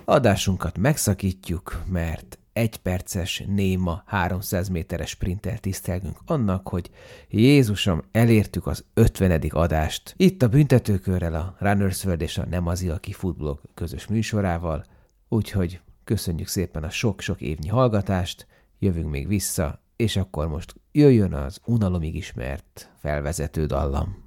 Adásunkat megszakítjuk, mert 1 perces néma 300 méteres sprinttel tisztelgünk annak, hogy Jézusom, elértük az 50. adást. Itt a Büntetőkörrel, a Runners World és a Nem az, aki futblog közös műsorával, úgyhogy köszönjük szépen a sok-sok évnyi hallgatást, jövünk még vissza, és akkor most jöjjön az unalomig ismert felvezető dallam.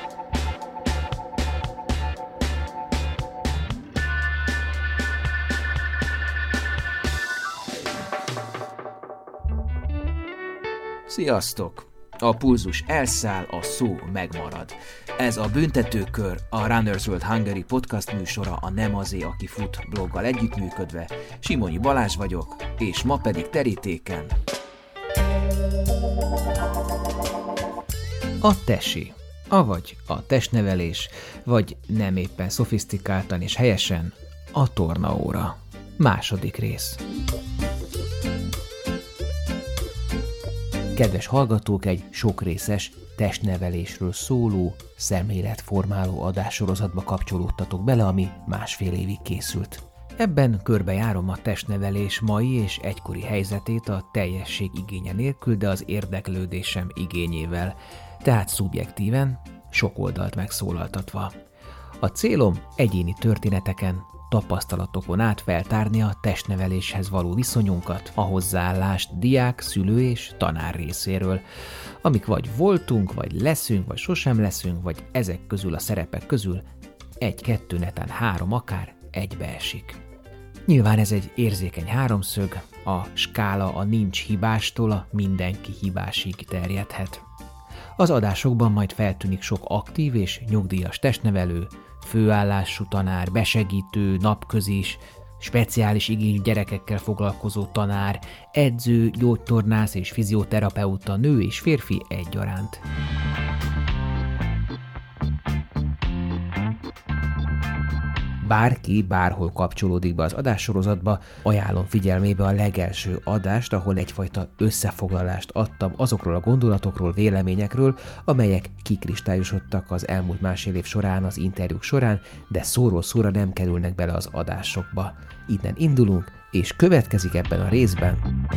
Sziasztok! A pulzus elszáll, a szó megmarad. Ez a Büntetőkör, a Runners World Hungary podcast műsora a Nem azé, aki fut bloggal együttműködve. Simonyi Balázs vagyok, és ma pedig terítéken a tesi, avagy a testnevelés, vagy nem éppen szofisztikáltan és helyesen a tornaóra. Második rész. Kedves hallgatók, egy sokrészes testnevelésről szóló, szemléletformáló adássorozatba kapcsolódtatok bele, ami másfél évig készült. Ebben körbejárom a testnevelés mai és egykori helyzetét a teljesség igénye nélkül, de az érdeklődésem igényével, tehát szubjektíven, sok oldalt megszólaltatva. A célom egyéni történeteken, tapasztalatokon át feltárni a testneveléshez való viszonyunkat, a hozzáállást diák, szülő és tanár részéről, amik vagy voltunk, vagy leszünk, vagy sosem leszünk, vagy ezek közül a szerepek közül 1, 2, netán 3 akár egybeesik. Nyilván ez egy érzékeny háromszög, a skála a nincs hibástól a mindenki hibásig terjedhet. Az adásokban majd feltűnik sok aktív és nyugdíjas testnevelő, főállású tanár, besegítő, napközis, speciális igényű gyerekekkel foglalkozó tanár, edző, gyógytornász és fizioterapeuta, nő és férfi egyaránt. Bárki bárhol kapcsolódik be az adássorozatba, ajánlom figyelmébe a legelső adást, ahol egyfajta összefoglalást adtam azokról a gondolatokról, véleményekről, amelyek kikristályosodtak az elmúlt másfél év során, az interjúk során, de szóról szóra nem kerülnek bele az adásokba. Innen indulunk, és következik ebben a részben.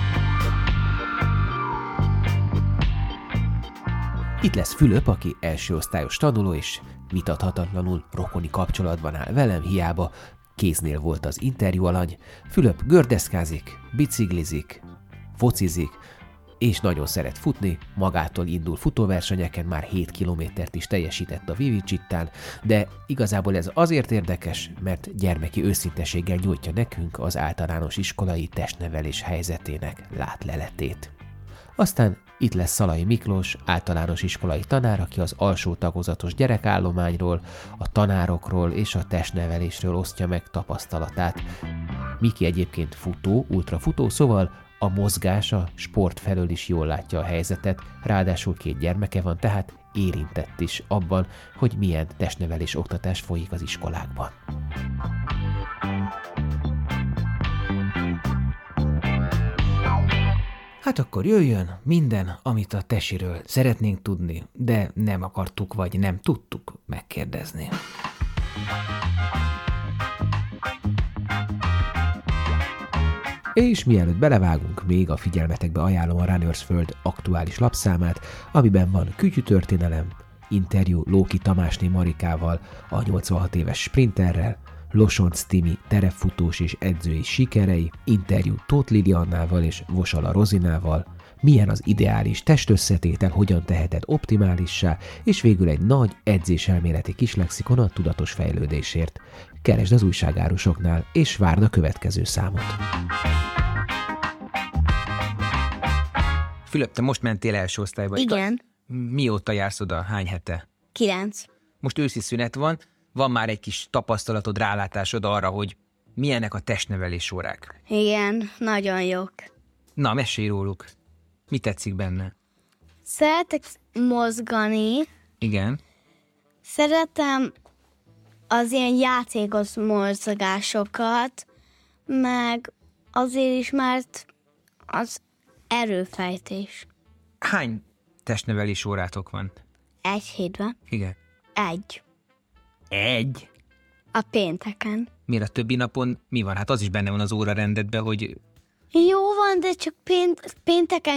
Itt lesz Fülöp, aki első osztályos tanuló, és vitathatatlanul rokoni kapcsolatban áll velem, hiába kéznél volt az interjú alany. Fülöp gördeszkázik, biciklizik, focizik, és nagyon szeret futni, magától indul futóversenyeken, már 7 kilométert is teljesített a Vivicittán, de igazából ez azért érdekes, mert gyermeki őszinteséggel nyújtja nekünk az általános iskolai testnevelés helyzetének látleletét. Aztán itt lesz Szalai Miklós, általános iskolai tanár, aki az alsó tagozatos gyerekállományról, a tanárokról és a testnevelésről osztja meg tapasztalatát. Miki egyébként futó, ultrafutó, szóval a mozgás, a sport felől is jól látja a helyzetet, ráadásul 2 gyermeke van, tehát érintett is abban, hogy milyen testnevelés oktatás folyik az iskolákban. Hát akkor jöjjön minden, amit a tesiről szeretnénk tudni, de nem akartuk vagy nem tudtuk megkérdezni. És mielőtt belevágunk, még a figyelmetekbe ajánlom a Runners World aktuális lapszámát, amiben van kütyütörténelem, interjú Lóki Tamásné Marikával, a 86 éves sprinterrel, Losonc Timi terepfutós és edzői sikerei, interjú Tóth Liliannával és Vosala Rozinával, milyen az ideális testösszetétel, hogyan teheted optimálissá, és végül egy nagy edzéselméleti kislexikon a tudatos fejlődésért. Keresd az újságárusoknál, és várd a következő számot. Fülöp, te most mentél első osztályba? Igen. Mióta jársz oda? Hány hete? 9. Most őszi szünet van már egy kis tapasztalatod, rálátásod arra, hogy milyenek a testnevelés órák. Igen, nagyon jók. Na, mesélj róluk. Mi tetszik benne? Szeretek mozgani. Igen. Szeretem az ilyen játékos mozgásokat, meg azért is, mert az erőfejtés. Hány testnevelés órátok van? 1 hétben. Igen. 1. 1? A pénteken. Miért a többi napon mi van? Hát az is benne van az órarendedben, hogy Jó van, de csak pénteken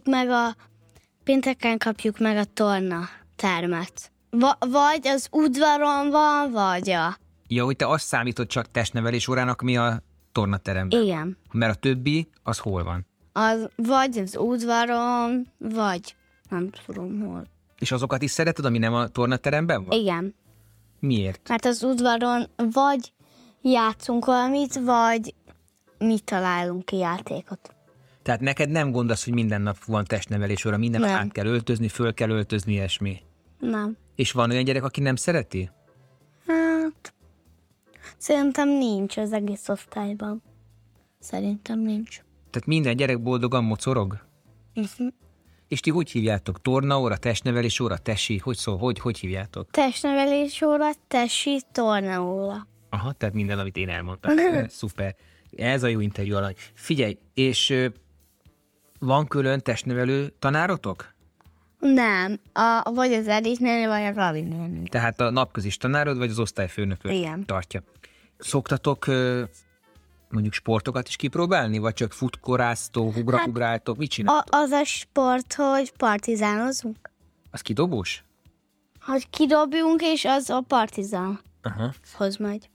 kapjuk meg a torna termet. Vagy az udvaron van, vagy a... ja, hogy te azt számítod csak testnevelés órának, mi a tornateremben. Igen. Mert a többi, az hol van? Az vagy az udvaron, vagy nem tudom hol. És azokat is szereted, ami nem a tornateremben van? Igen. Miért? Mert az udvaron vagy játszunk valamit, vagy mi találunk ki játékot. Tehát neked nem gond az, hogy minden nap van testnevelés óra, minden nap Nem. át kell öltözni, föl kell öltözni, ilyesmi. Nem. És van olyan gyerek, aki nem szereti? Hát... Szerintem nincs az egész osztályban. Szerintem nincs. Tehát minden gyerek boldogan mocorog? És ti hogy hívjátok? Tornaóra, testnevelés óra, tesi? Hogy szól? Hogy hívjátok? Testnevelés óra, tesi, tornaóra. Aha, tehát minden, amit én elmondtam. Szuper. Ez a jó interjú alany. Figyelj, és van külön testnevelő tanárotok? Nem. Vagy az Edith néni, vagy a Gabi néni. Tehát a napközis tanárod, vagy az osztályfőnökök Igen. tartja. Szoktatok mondjuk sportokat is kipróbálni, vagy csak futkorásztó, ugráltok, mit csinál? Az a sport, hogy partizánozunk. Az kidobós? Hogy kidobjunk, és az a partizánhoz Aha. megy.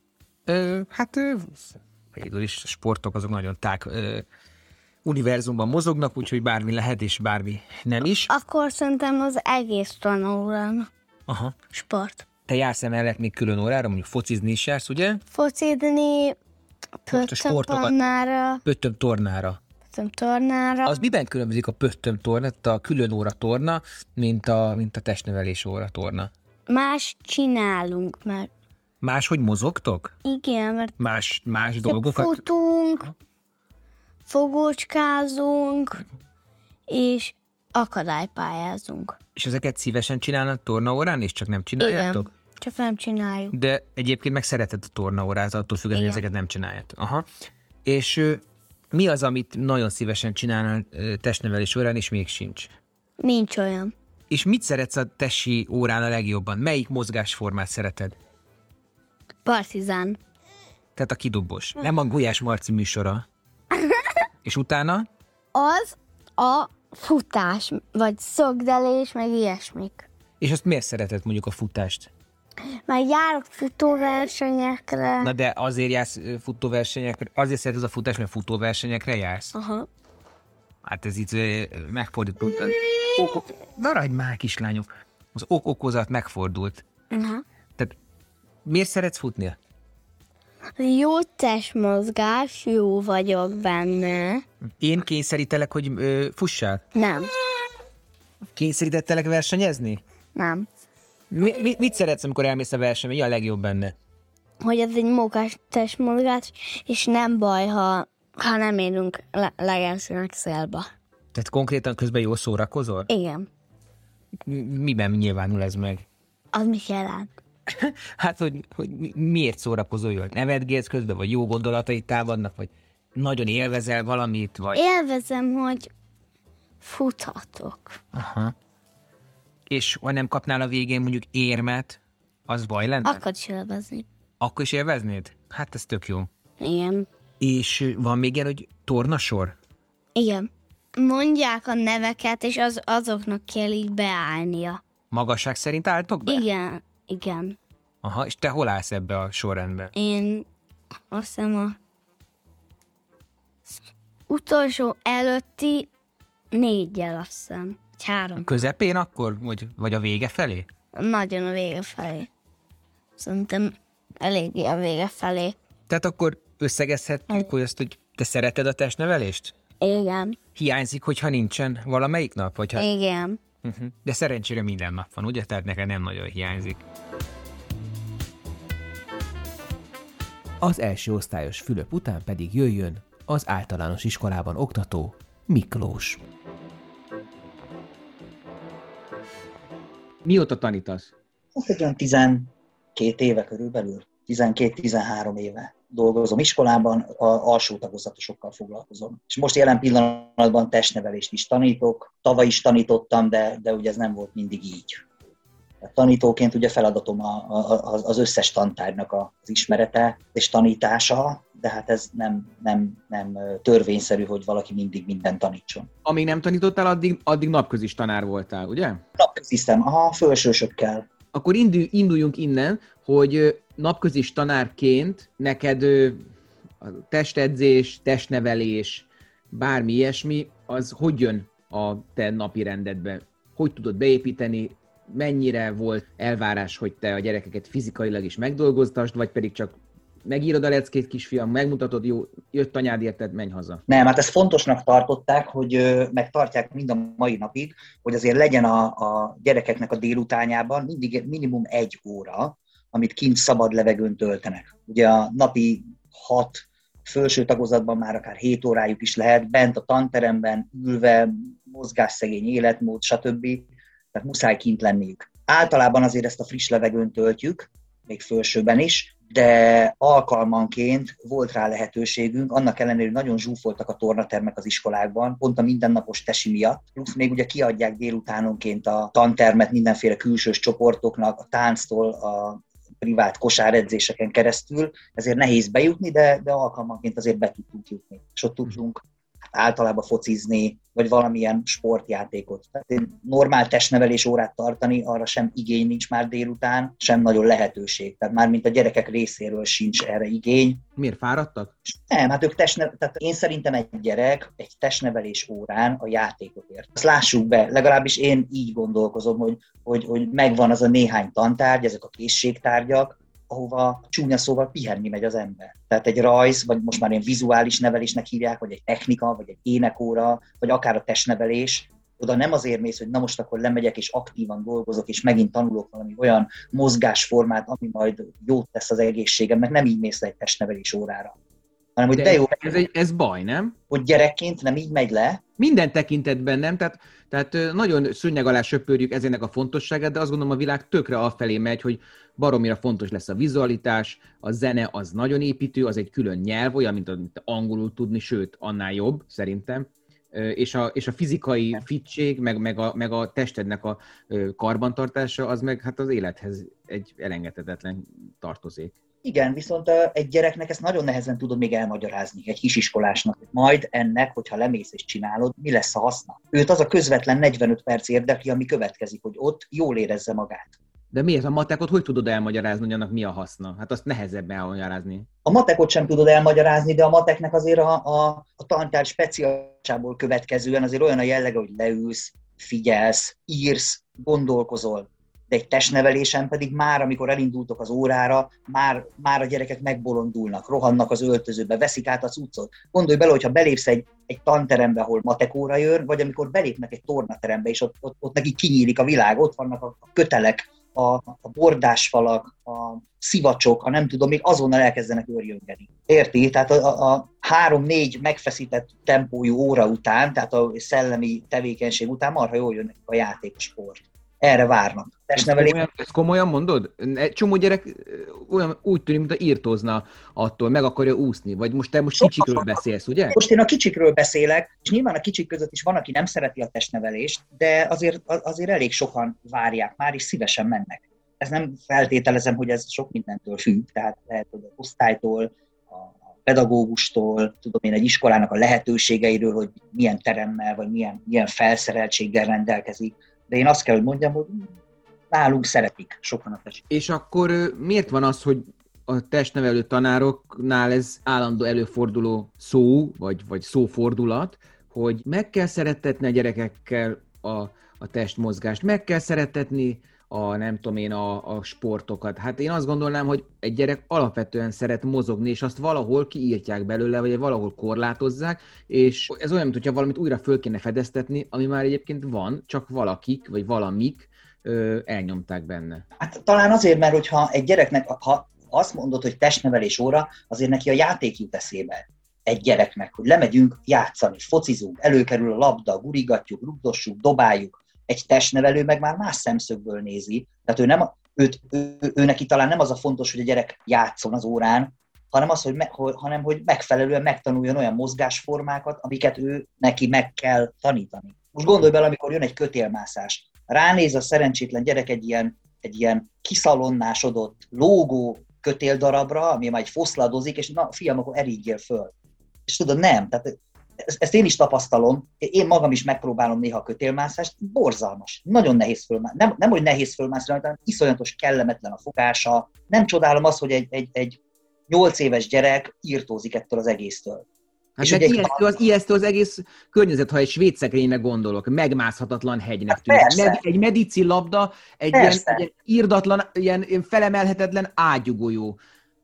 Végül is a sportok azok nagyon tág univerzumban mozognak, úgyhogy bármi lehet, és bármi nem is. Akkor szerintem az egész tanórán Aha. sport. Te jársz emellett még külön órára, mondjuk focizni is jársz, ugye? Focizni, sportokat- Pöttöm tornára. tornára. Az miben különbözik a pöttöm torna, a külön óra torna, mint a testnevelés óra torna? Más csinálunk, mert Máshogy mozogtok? igen, mert Más dolgokat? futunk, fogócskázunk, és akadálypályázunk. És ezeket szívesen csinálnak tornaórán, és csak nem csináljátok? Igen, csak nem csináljuk. De egyébként meg szereted a tornaórát, attól függően, hogy Igen. ezeket nem csináljátok. Aha. És mi az, amit nagyon szívesen csinálnál testnevelés órán, és még sincs? Nincs olyan. És mit szeretsz a tesi órán a legjobban? Melyik mozgásformát szereted? Partizán. Tehát a kidobos. Nem a Gulyás Marci műsora. És utána? Az a futás, vagy szögdelés, meg ilyesmik. És azt miért szereted mondjuk a futást? Már járok futóversenyekre. Na de azért jársz futóversenyekre, azért szereted a futást, mert futóversenyekre jársz? Aha. Hát ez itt megfordult. Maradj már, kislányok. Az okozat megfordult. Aha. Tehát miért szeretsz futni? Jó testmozgás, jó vagyok benne. Én kényszerítelek, hogy fussál? Nem. Kényszerítettelek versenyezni? Nem. Mit szeretsz, amikor elmész a versenyre? Mi a legjobb benne? Hogy ez egy mókás testmozgás, és nem baj, ha nem érünk legelsőnek célba. Tehát konkrétan közben jól szórakozol? Igen. Miben nyilvánul ez meg? Az mit jelent? Hát, hogy miért szórakozol jól? Nevetgélsz közben, vagy jó gondolataid támadnak, vagy nagyon élvezel valamit, vagy... Élvezem, hogy futhatok. Aha. És ha nem kapnál a végén mondjuk érmet, az baj lenne? Akkor is élvezni. Akkor is élveznéd? Hát ez tök jó. Igen. És van még ilyen, hogy tornasor? Igen. Mondják a neveket, és azoknak kell így beállnia. Magasság szerint álltok be? Igen. Igen. Aha, és te hol állsz ebbe a sorrendbe? Én azt hiszem a utolsó előtti 4-jel, azt hiszem. 3. Közepén akkor? Vagy a vége felé? Nagyon a vége felé. Szerintem eléggé a vége felé. Tehát akkor összegezhetjük, hogy azt, hogy te szereted a testnevelést? Igen. Hiányzik, hogyha nincsen valamelyik nap? Vagy ha... Igen. De szerencsére minden nap van, ugye? Tehát neked nem nagyon hiányzik. Az első osztályos Fülöp után pedig jöjjön az általános iskolában oktató Miklós. Mióta tanítasz? Egy olyan 12 éve körülbelül, 12-13 éve dolgozom iskolában, alsó tagozatosokkal foglalkozom. És most jelen pillanatban testnevelést is tanítok. Tavaly is tanítottam, de ugye ez nem volt mindig így. Tanítóként ugye feladatom az összes tantárgynak az ismerete és tanítása, de hát ez nem törvényszerű, hogy valaki mindig mindent tanítson. Amíg nem tanítottál, addig napközis tanár voltál, ugye? Napközisztem, fölsősökkel. Akkor induljunk innen, hogy napközis tanárként neked a testedzés, testnevelés, bármi ilyesmi, az hogy jön a te napi rendedbe? Hogy tudod beépíteni? Mennyire volt elvárás, hogy te a gyerekeket fizikailag is megdolgoztasd, vagy pedig csak megírod a leckét, kisfiam, megmutatod, jó, jött anyád, érted, menj haza. Nem, hát ezt fontosnak tartották, hogy megtartják mind a mai napig, hogy azért legyen a gyerekeknek a délutánjában mindig minimum 1 óra, amit kint szabad levegőn töltenek. Ugye a napi 6 felső tagozatban már akár 7 órájuk is lehet, bent a tanteremben, ülve, mozgásszegény életmód, stb. Tehát muszáj kint lenniük. Általában azért ezt a friss levegőn töltjük, még felsőben is, de alkalmanként volt rá lehetőségünk, annak ellenére, hogy nagyon zsúfoltak a tornatermek az iskolákban, pont a mindennapos tesi miatt, plusz még ugye kiadják délutánonként a tantermet mindenféle külsős csoportoknak, a tánctól, a privát kosáredzéseken keresztül, ezért nehéz bejutni, de alkalmanként azért be tudtunk jutni. És ott tudtunk általában focizni, vagy valamilyen sportjátékot. Tehát normál testnevelés órát tartani, arra sem igény nincs már délután, sem nagyon lehetőség. Tehát már mint a gyerekek részéről sincs erre igény. Miért fáradtak? Nem, hát ők tehát én szerintem egy gyerek egy testnevelés órán a játékot ért. Azt lássuk be, legalábbis én így gondolkozom, hogy megvan az a néhány tantárgy, ezek a készségtárgyak, ahova csúnya szóval pihenni megy az ember. Tehát egy rajz, vagy most már ilyen vizuális nevelésnek hívják, vagy egy technika, vagy egy énekóra, vagy akár a testnevelés, oda nem azért mész, hogy na most akkor lemegyek és aktívan dolgozok, és megint tanulok valami olyan mozgásformát, ami majd jót tesz az egészségemnek, nem így mész le egy testnevelés órára. Hanem, hogy ez baj, nem? Hogy gyerekként nem így megy le. Minden tekintetben nem, tehát nagyon szőnyeg alá söpörjük ezének a fontosságát, de azt gondolom a világ tökre afelé megy, hogy baromira fontos lesz a vizualitás, a zene az nagyon építő, az egy külön nyelv, olyan, mint angolul tudni, sőt, annál jobb, szerintem. És a fizikai fittség, meg a testednek a karbantartása, az meg hát az élethez egy elengedhetetlen tartozék. Igen, viszont egy gyereknek ezt nagyon nehezen tudod még elmagyarázni, egy kisiskolásnak. Majd ennek, hogyha lemész és csinálod, mi lesz a haszna? Őt az a közvetlen 45 perc érdekli, ami következik, hogy ott jól érezze magát. De miért a matekot hogy tudod elmagyarázni, hogy annak mi a haszna? Hát azt nehezebb elmagyarázni. A matekot sem tudod elmagyarázni, de a mateknek azért a tantárgy speciálisából következően azért olyan a jellege, hogy leülsz, figyelsz, írsz, gondolkozol. De egy testnevelésen pedig már, amikor elindultok az órára, már a gyerekek megbolondulnak, rohannak az öltözőbe, veszik át a cuccot. Gondolj bele, hogyha belépsz egy tanterembe, ahol matekóra jön, vagy amikor belépnek egy tornaterembe, és ott neki kinyílik a világ, ott vannak a kötelek, a bordásfalak, a szivacsok, ha nem tudom, még azonnal elkezdenek őrjöngeni. Érti? Tehát a 3-4 megfeszített tempójú óra után, tehát a szellemi tevékenység után marha jól jön a játék, a sport. Erre várnak. Ezt komolyan mondod? Egy csomó gyerek úgy tűnik, mintha írtózna attól, meg akarja úszni. Vagy te most kicsikről beszélsz, ugye? Most én a kicsikről beszélek, és nyilván a kicsik között is van, aki nem szereti a testnevelést, de azért elég sokan várják már, és szívesen mennek. Ez nem feltételezem, hogy ez sok mindentől függ, tehát lehet, hogy az osztálytól, a pedagógustól, tudom én, egy iskolának a lehetőségeiről, hogy milyen teremmel, vagy milyen felszereltséggel rendelkezik. De én azt kell, hogy mondjam, hogy nálunk szeretik sokan a test. És akkor miért van az, hogy a testnevelő tanároknál ez állandó előforduló szó, vagy szófordulat, hogy meg kell szerettetni a gyerekekkel a testmozgást, meg kell szerettetni a sportokat. Hát én azt gondolnám, hogy egy gyerek alapvetően szeret mozogni, és azt valahol kiírtják belőle, vagy valahol korlátozzák, és ez olyan, mintha valamit újra föl kéne fedeztetni, ami már egyébként van, csak valakik, vagy valamik elnyomták benne. Hát talán azért, mert hogyha egy gyereknek, ha azt mondod, hogy testnevelés óra, azért neki a játék jut eszébe egy gyereknek, hogy lemegyünk játszani, focizunk, előkerül a labda, gurigatjuk, rugdossuk, dobáljuk. Egy testnevelő meg már más szemszögből nézi, tehát ő neki talán nem az a fontos, hogy a gyerek játszon az órán, hanem az, hogy megfelelően megtanuljon olyan mozgásformákat, amiket neki meg kell tanítani. Most gondolj bele, amikor jön egy kötélmászás. Ránéz a szerencsétlen gyerek egy ilyen egy ilyen kiszalonnásodott, lógó kötéldarabra, ami már egy foszladozik, és na fiam, akkor eriggyél föl. És tudod, nem. Tehát ezt én is tapasztalom, én magam is megpróbálom néha a kötélmászást, borzalmas, nagyon nehéz fölmászni. Nem, hogy nehéz fölmászni, hanem iszonyatos kellemetlen a fogása. Nem csodálom azt, hogy egy 8 éves gyerek írtózik ettől az egésztől. Hát és ijesztő az egész környezet, ha egy svéd szekrényre gondolok, megmászhatatlan hegynek tűnik. Egy medici labda, egy ilyen irdatlan, ilyen felemelhetetlen ágyugójó.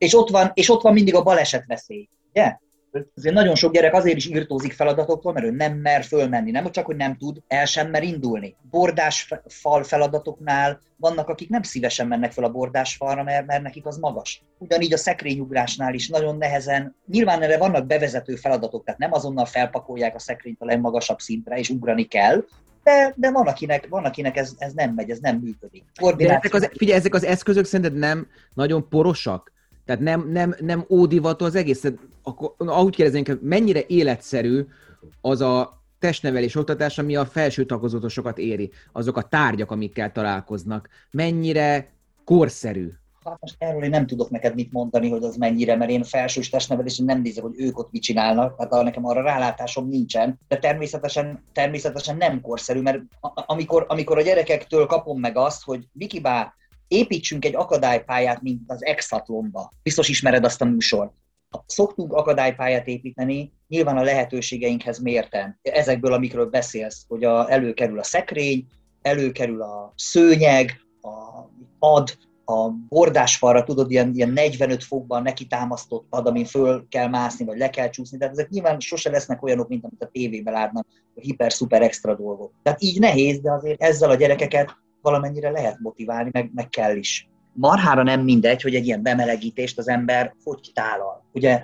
És ott van mindig a baleset veszély, ugye? Azért nagyon sok gyerek azért is írtózik feladatoktól, mert ő nem mer fölmenni, nem csak, hogy nem tud, el sem mer indulni. Bordás fal feladatoknál vannak, akik nem szívesen mennek fel a bordás falra, mert nekik az magas. Ugyanígy a szekrényugrásnál is nagyon nehezen, nyilván erre vannak bevezető feladatok, tehát nem azonnal felpakolják a szekrényt a legmagasabb szintre, és ugrani kell, de van, akinek ez nem megy, ez nem működik. De ezek az eszközök szerinted nem nagyon porosak? Tehát nem ódivató az egész. Akkor, ahogy kérdeznénk, mennyire életszerű az a testnevelés oktatás, ami a felső tagozatosokat éri, azok a tárgyak, amikkel találkoznak. Mennyire korszerű? Hát most erről én nem tudok neked mit mondani, hogy az mennyire, mert én felsős testnevelésen nem nézek, hogy ők ott mit csinálnak, tehát nekem arra rálátásom nincsen, de természetesen nem korszerű, mert amikor a gyerekektől kapom meg azt, hogy Vikibá, építsünk egy akadálypályát, mint az Exatlonba. Biztos ismered azt a műsort. Szoktunk akadálypályát építeni, nyilván a lehetőségeinkhez mérten. Ezekből, amikről beszélsz, hogy előkerül a szekrény, előkerül a szőnyeg, a pad, a bordásfalra, tudod, ilyen 45 fokban neki támasztott pad, amin föl kell mászni, vagy le kell csúszni. Tehát ezek nyilván sose lesznek olyanok, mint amit a tévében látnak, a hiper-szuper extra dolgok. Tehát így nehéz, de azért ezzel a gyerekeket valamennyire lehet motiválni, meg kell is. Marhára nem mindegy, hogy egy ilyen bemelegítést az ember hogy tálal. Ugye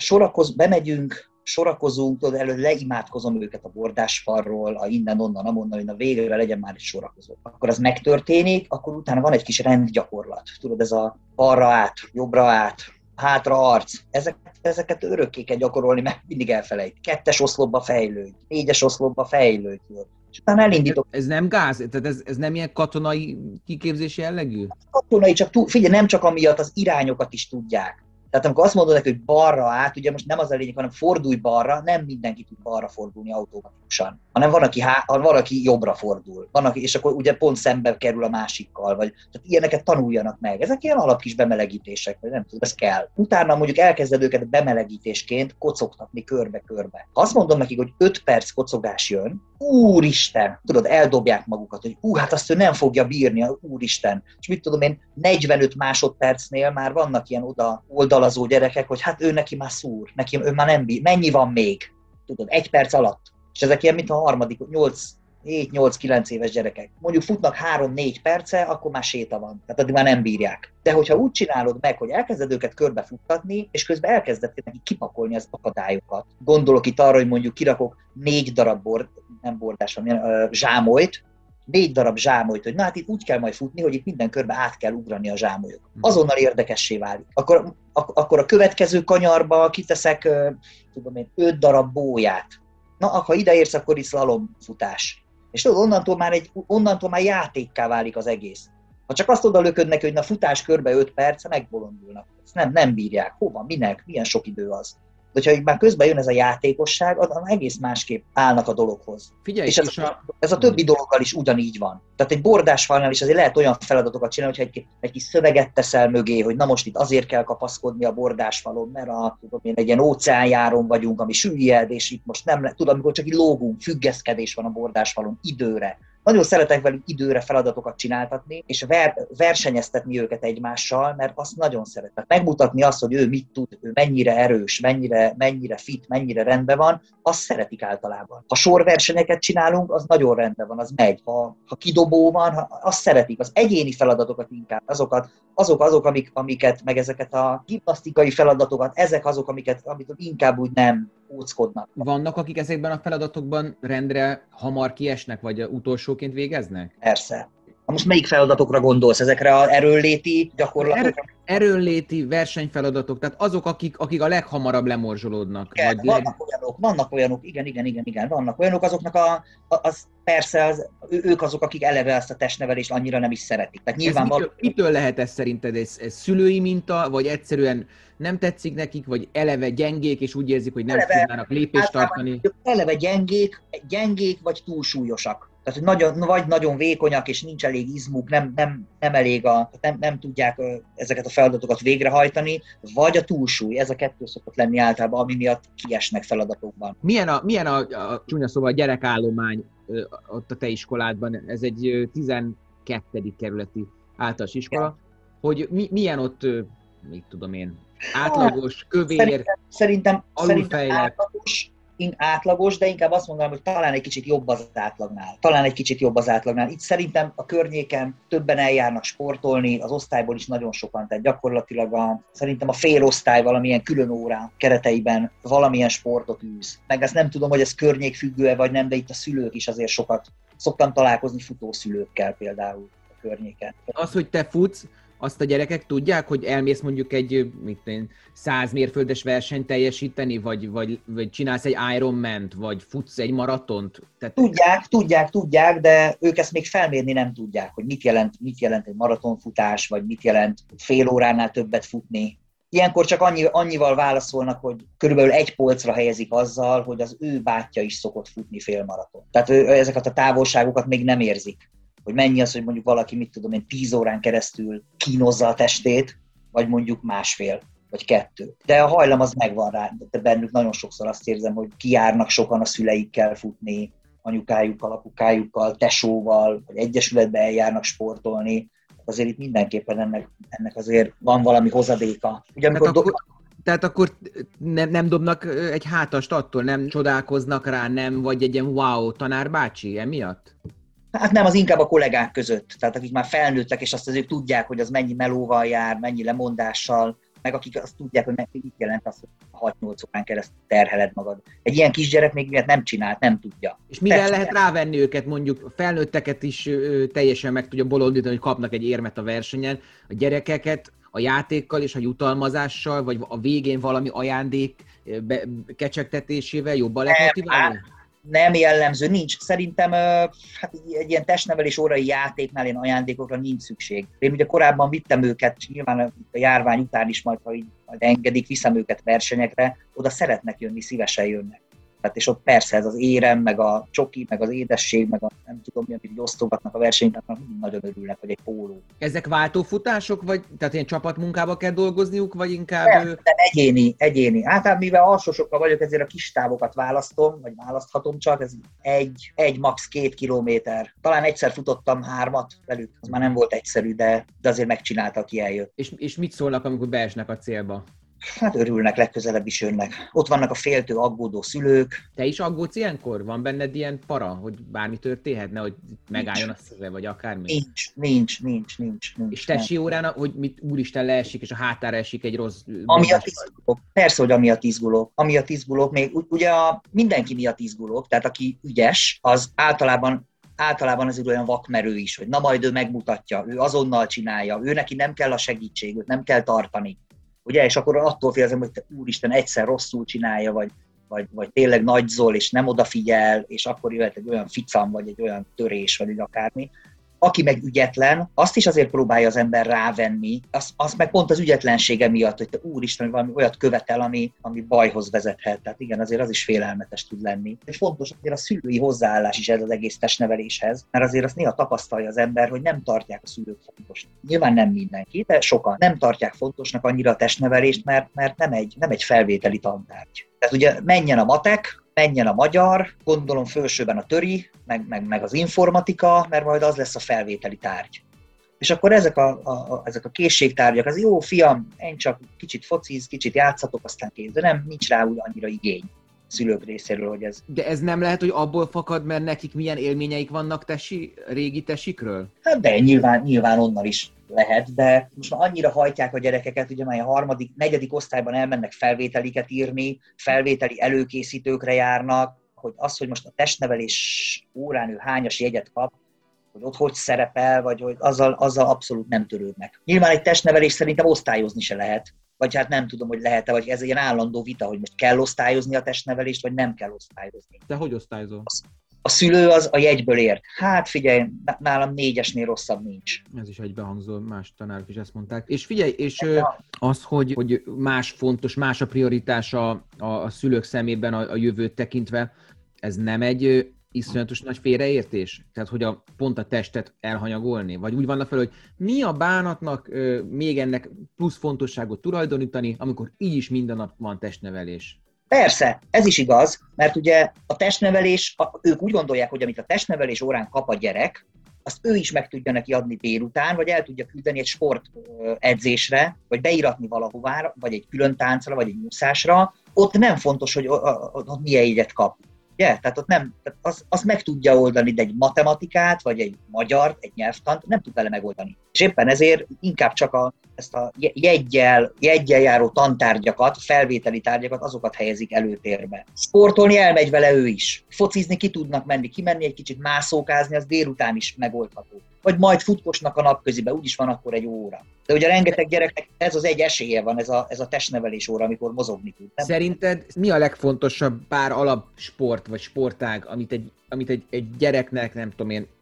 sorakozunk, tudod, előtt leimádkozom őket a bordásfalról, a innen-onnan, amonnan, hogy a végre legyen már egy sorakozó. Akkor az megtörténik, akkor utána van egy kis rendgyakorlat. Tudod, ez a balra át, jobbra át, hátra arc. Ezeket örökké kell gyakorolni, mert mindig elfelejt. 2-es oszlopba fejlődj, 4-es oszlopba fejlődj. És utána elindítok. Ez nem gáz? Tehát ez nem ilyen katonai kiképzés jellegű? Katonai, csak figyelj, nem csak amiatt az irányokat is tudják. Tehát amikor azt mondod neki, hogy balra át, ugye most nem az a lényeg, hanem fordulj balra, nem mindenki tud balra fordulni automatikusan, hanem van, aki jobbra fordul, és akkor ugye pont szembe kerül a másikkal, vagy tehát ilyeneket tanuljanak meg. Ezek ilyen alapkis bemelegítések, vagy nem tudom, ez kell. Utána mondjuk elkezded őket bemelegítésként kocogtatni körbe-körbe. Ha azt mondom nekik, hogy 5 perc kocogás jön, úristen, tudod, eldobják magukat, hogy hát azt ő nem fogja bírni, úristen. És mit tudom én, 45 másodpercnél már vannak ilyen oldalazó gyerekek, hogy hát ő neki már szúr, ő már nem bír, mennyi van még? Tudod, 1 perc alatt. És ezek ilyen, mint a harmadik, 7-8-9 éves gyerekek. Mondjuk futnak 3-4 perce, akkor már séta van. Tehát addig már nem bírják. De hogyha úgy csinálod meg, hogy elkezded őket körbefuttatni, és közben elkezded neki kipakolni az akadályokat. Gondolok itt arra, hogy mondjuk kirakok 4 darab zsámolyt, 4 darab zsámolyt, hogy na hát itt úgy kell majd futni, hogy itt minden körbe át kell ugrani a zsámolyok. Azonnal érdekessé válik. Akkor a következő kanyarba kiteszek, tudom én, 5 darab bóját. Na, ha ideérsz, akkor is szlalomfutás. És tudod, onnantól már játékká válik az egész. Ha csak azt oda lököd neki, hogy na futás körbe 5 perc, megbolondulnak. Ezt nem bírják. Hova, minek, milyen sok idő az. De hogyha már közben jön ez a játékosság, az egész másképp állnak a dologhoz. Figyelj, és ez a többi dologgal is ugyanígy van. Tehát egy bordásfalnál is azért lehet olyan feladatokat csinálni, hogyha egy kis szöveget teszel mögé, hogy na most itt azért kell kapaszkodni a bordásfalon, mert egy ilyen óceánjáron vagyunk, ami süllyed, és itt most nem tudom, amikor csak így lógunk, függeszkedés van a bordásfalon időre. Nagyon szeretek velük időre feladatokat csináltatni, és versenyeztetni őket egymással, mert azt nagyon szeretek. Megmutatni azt, hogy ő mit tud, ő mennyire erős, mennyire fit, mennyire rendben van, azt szeretik általában. Ha sorversenyeket csinálunk, az nagyon rendben van, az megy. Ha kidobó van, azt szeretik. Az egyéni feladatokat inkább, azok, amiket, meg ezeket a gimnasztikai feladatokat, ezek azok, amit inkább úgy nem óckodnak. Vannak, akik ezekben a feladatokban rendre hamar kiesnek, vagy utolsóként végeznek? Persze. Most melyik feladatokra gondolsz? Ezekre az erőnléti gyakorlatokra? Erőnléti versenyfeladatok, tehát azok, akik a leghamarabb lemorzsolódnak. Igen, vannak olyanok, igen, vannak olyanok, azoknak az persze ők azok, akik eleve ezt a testnevelést annyira nem is szeretik. Tehát nyilván mitől lehet ez szerinted? Ez szülői minta, vagy egyszerűen nem tetszik nekik, vagy eleve gyengék, és úgy érzik, hogy nem tudnának lépést tartani? Eleve gyengék, vagy túlsúlyosak. Tehát, hogy nagyon vékonyak, és nincs elég izmuk, nem elég nem tudják ezeket a feladatokat végrehajtani, vagy a túlsúly. Ez a kettő szokott lenni általában, ami miatt kiesnek feladatokban. Milyen a csúnya szóval a gyerekállomány ott a te iskoládban? Ez egy 12. kerületi általános iskola. Hogy milyen ott, mit tudom én, átlagos, kövér, alulfejlett? Átlagos, de inkább azt mondanám, hogy talán egy kicsit jobb az átlagnál. Itt szerintem a környéken többen eljárnak sportolni, az osztályból is nagyon sokan, tehát gyakorlatilag szerintem a fél osztály valamilyen külön órá kereteiben valamilyen sportot űz. Meg ezt nem tudom, hogy ez környékfüggő-e vagy nem, de itt a szülők is azért sokat szoktam találkozni futószülőkkel például a környéken. Az, hogy te futsz, azt a gyerekek tudják, hogy elmész mondjuk egy 100 mérföldes versenyt teljesíteni, vagy csinálsz egy Ironman-t, vagy futsz egy maratont? Tudják, de ők ezt még felmérni nem tudják, hogy mit jelent egy maratonfutás, vagy mit jelent fél óránál többet futni. Ilyenkor csak annyival válaszolnak, hogy körülbelül egy polcra helyezik azzal, hogy az ő bátyja is szokott futni félmaraton. Tehát ezeket a távolságokat még nem érzik. Hogy mennyi az, hogy mondjuk valaki, 10 órán keresztül kínozza a testét, vagy mondjuk 1,5 vagy 2. De a hajlam az megvan rá, de bennük nagyon sokszor azt érzem, hogy kijárnak sokan a szüleikkel futni, anyukájukkal, apukájukkal, tesóval, vagy egyesületbe eljárnak sportolni. Azért itt mindenképpen ennek azért van valami hozadéka. Ugye, Tehát akkor nem dobnak egy hátast attól, nem csodálkoznak rá, nem vagy egy ilyen wow tanárbácsi emiatt? Hát nem, az inkább a kollégák között, tehát akik már felnőttek, és azt azért tudják, hogy az mennyi melóval jár, mennyi lemondással, meg akik azt tudják, hogy mit jelent az, hogy 6-8 órán keresztül terheled magad. Egy ilyen kisgyerek még miért nem csinált, nem tudja. És mivel lehet rávenni őket, mondjuk a felnőtteket is teljesen meg tudja bolondítani, hogy kapnak egy érmet a versenyen, a gyerekeket a játékkal és a jutalmazással, vagy a végén valami ajándék kecsegtetésével jobban lehet motiválni? Nem jellemző, nincs. Szerintem egy ilyen testnevelés órai játéknál ilyen ajándékokra nincs szükség. Én ugye korábban vittem őket, nyilván a járvány után is majd engedik, viszem őket versenyekre, oda szeretnek jönni, szívesen jönnek. Tehát és ott persze ez az érem, meg a csoki, meg az édesség, meg a nem tudom mi, amit osztogatnak a versenyben, nagyon örülnek, hogy egy póló. Ezek váltófutások, vagy tehát ilyen csapatmunkába kell dolgozniuk, vagy inkább... Nem, egyéni. Hát mivel alsósokkal vagyok, ezért a kis távokat választom, vagy választhatom csak, ez egy max. 2 kilométer. Talán egyszer futottam 3 velük, az már nem volt egyszerű, de azért megcsinálta, aki eljött. És mit szólnak, amikor beesnek a célba? Hát örülnek, legközelebb is jönnek. Ott vannak a féltő, aggódó szülők. Te is aggódsz ilyenkor? Van benned ilyen para, hogy bármi történhetne, hogy megálljon a szíve, vagy akármi? Nincs. És tesi órán, hogy úristen leesik, és a hátára esik egy rossz... Amiatt izgulok. Persze, hogy amiatt izgulok. Még ugye mindenki miatt izgulok, tehát aki ügyes, az általában ez olyan vakmerő is, hogy na majd ő megmutatja, ő azonnal csinálja, ő neki nem kell a segítség, őt nem kell tartani. Ugye, és akkor attól félzem, hogy te úristen egyszer rosszul csinálja, vagy tényleg nagyzol, és nem odafigyel, és akkor jöhet egy olyan ficam, vagy egy olyan törés, vagy egy akármi. Aki meg ügyetlen, azt is azért próbálja az ember rávenni, az meg pont az ügyetlensége miatt, hogy te úristen, hogy valami olyat követel, ami bajhoz vezethet. Tehát igen, azért az is félelmetes tud lenni. És fontos azért a szülői hozzáállás is ez az egész testneveléshez, mert azért azt néha tapasztalja az ember, hogy nem tartják a szülők fontosnak. Nyilván nem mindenki, de sokan nem tartják fontosnak annyira a testnevelést, mert nem egy felvételi tantárgy. Tehát ugye menjen a matek, menjen a magyar, gondolom felsőben a töri, meg az informatika, mert majd az lesz a felvételi tárgy. És akkor ezek a készségtárgyak, az jó fiam, én csak kicsit fociz, kicsit játszatok, aztán kész, de nincs rá úgy annyira igény szülők részéről, hogy ez... De ez nem lehet, hogy abból fakad, mert nekik milyen élményeik vannak régi tesikről? Hát de nyilván onnan is lehet, de most már annyira hajtják a gyerekeket, ugye már a 3., 4. osztályban elmennek felvételiket írni, felvételi előkészítőkre járnak, hogy most a testnevelés órán ő hányas jegyet kap, hogy ott hogy szerepel, vagy hogy azzal abszolút nem törődnek. Nyilván egy testnevelés szerintem osztályozni se lehet, vagy hát nem tudom, hogy lehet-e, vagy ez egy ilyen állandó vita, hogy most kell osztályozni a testnevelést, vagy nem kell osztályozni. De hogy osztályozol? A szülő az a jegyből ért. Hát figyelj, nálam 4-esnél rosszabb nincs. Ez is egybehangzó, más tanárok is ezt mondták. És figyelj, és az, hogy más fontos, más a prioritása a szülők szemében a jövőt tekintve, ez nem egy iszonyatos nagy félreértés? Tehát, hogy pont a testet elhanyagolni? Vagy úgy vannak fel, hogy mi a bánatnak még ennek plusz fontosságot tulajdonítani, amikor így is minden nap van testnevelés? Persze, ez is igaz, mert ugye a testnevelés, ők úgy gondolják, hogy amit a testnevelés órán kap a gyerek, azt ő is meg tudja neki adni délután, vagy el tudja küldeni egy sportedzésre, vagy beiratni valahová, vagy egy külön táncra, vagy egy úszásra. Ott nem fontos, hogy ott milyen jegyet kap. Yeah, tehát ott nem, azt meg tudja oldani, de egy matematikát, vagy egy magyart, egy nyelvtant nem tud vele megoldani. És éppen ezért inkább csak ezt a jeggyel járó tantárgyakat, felvételi tárgyakat, azokat helyezik előtérbe. Sportolni elmegy vele ő is. Focizni ki tudnak menni, kimenni egy kicsit mászókázni, az délután is megoldható. Vagy majd futkosnak a napközibe, úgyis van akkor egy óra. De ugye rengeteg gyereknek ez az egy esélye van, ez a testnevelés óra, amikor mozogni tud. Nem? Szerinted mi a legfontosabb pár alapsport vagy sportág, amit egy gyereknek, nem tudom én,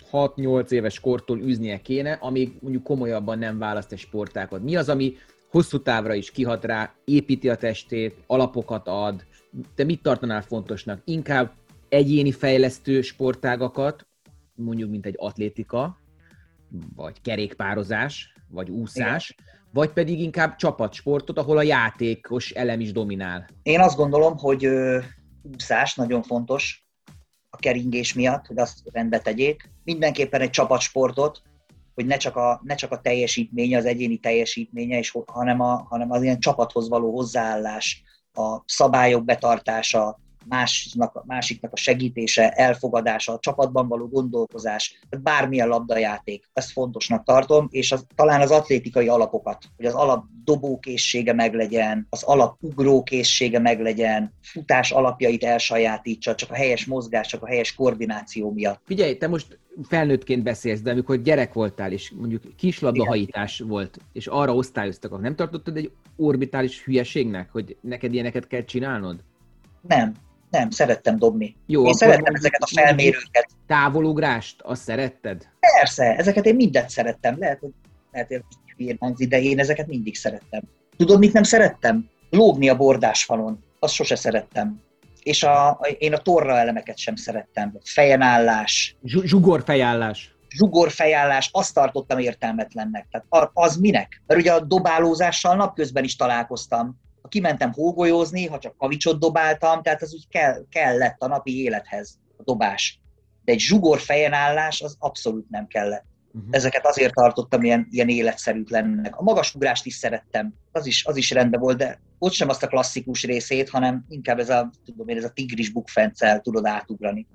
6-8 éves kortól űznie kéne, amíg mondjuk komolyabban nem választ egy sportágat? Mi az, ami hosszú távra is kihat rá, építi a testét, alapokat ad? Te mit tartanál fontosnak? Inkább egyéni fejlesztő sportágakat, mondjuk mint egy atlétika, vagy kerékpározás, vagy úszás, igen, vagy pedig inkább csapatsportot, ahol a játékos elem is dominál? Én azt gondolom, hogy úszás nagyon fontos a keringés miatt, hogy azt rendbe tegyék. Mindenképpen egy csapatsportot, hogy ne csak a teljesítménye, az egyéni teljesítménye, hanem az ilyen csapathoz való hozzáállás, a szabályok betartása, másiknak a segítése, elfogadása, a csapatban való gondolkozás, bármilyen labdajáték, ezt fontosnak tartom, és talán az atlétikai alapokat, hogy az alap dobókészsége meglegyen, az alap ugrókészsége meglegyen, futás alapjait elsajátítsa, csak a helyes mozgás, csak a helyes koordináció miatt. Figyelj, te most felnőttként beszélsz, de amikor gyerek voltál, és mondjuk kislabdahajítás volt, és arra osztályoztak, akkor nem tartottad egy orbitális hülyeségnek, hogy neked ilyeneket kell csinálnod? Nem, szerettem dobni. Jó, én szerettem ezeket a felmérőket. Távolugrást, azt szeretted? Persze, ezeket én mindet szerettem. Lehet, hogy hülyén hangzik, de én ezeket mindig szerettem. Tudod, mit nem szerettem? Lógni a bordásfalon. Azt sose szerettem. És én a torra elemeket sem szerettem. Fejenállás. Zsugorfejállás, azt tartottam értelmetlennek. Tehát az minek? Mert ugye a dobálózással napközben is találkoztam. Ha kimentem hógolyózni, ha csak kavicsot dobáltam, tehát az úgy kellett a napi élethez a dobás. De egy zsugorfejenállás az abszolút nem kellett. Ezeket azért tartottam ilyen életszerűtlennek. A magasugrást is szerettem, az is rendben volt, de ott sem azt a klasszikus részét, hanem inkább ez a tigris bukfenccel tudod átugrani.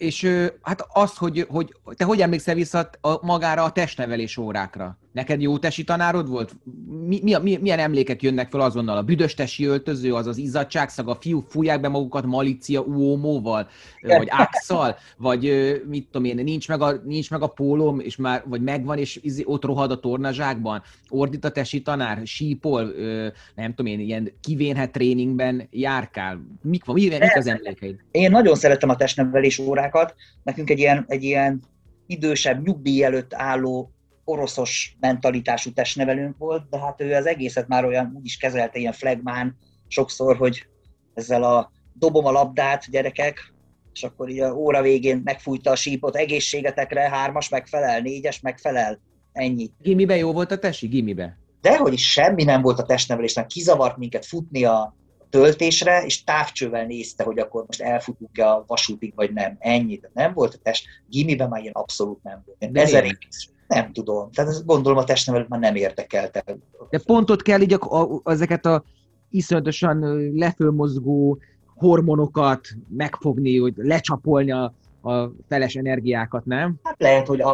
Hát az, hogy te hogy emlékszel vissza magára a testnevelés órákra? Neked jó tesi tanárod volt? Milyen emlékek jönnek fel azonnal? A büdös tesi öltöző, az izzadságszag, a fiúk fújják be magukat Malizia uómóval, vagy ákszal, vagy mit tudom én, nincs meg a pólóm, és már, vagy megvan, és ott rohad a tornazsákban. Ordít a tesi tanár, sípol, nem tudom én, ilyen kivénhet tréningben járkál. Mik az emlékeid? Én nagyon szerettem a testnevelés órákat. Nekünk egy ilyen idősebb, nyugdíj előtt álló oroszos mentalitású testnevelőnk volt, de hát ő az egészet már olyan úgy is kezelte, ilyen flagmán sokszor, hogy ezzel dobom a labdát, gyerekek, és akkor így a óra végén megfújta a sípot, egészségetekre, 3-as megfelel, 4-es megfelel, ennyi. Gimibe jó volt a tesi? Gimibe? Dehogy is semmi nem volt a testnevelésnek, kizavart minket futni a töltésre, és távcsővel nézte, hogy akkor most elfutunk-e a vasútig, vagy nem. Ennyi. Nem volt a test. Gimiben már ilyen abszolút nem volt. 1000 év. Nem tudom. Tehát gondolom a testnevelőt már nem érdekelte. De pont ott kell így ezeket a iszonyatosan lefölmozgó hormonokat megfogni, hogy lecsapolni a feles energiákat, nem? Hát lehet, hogy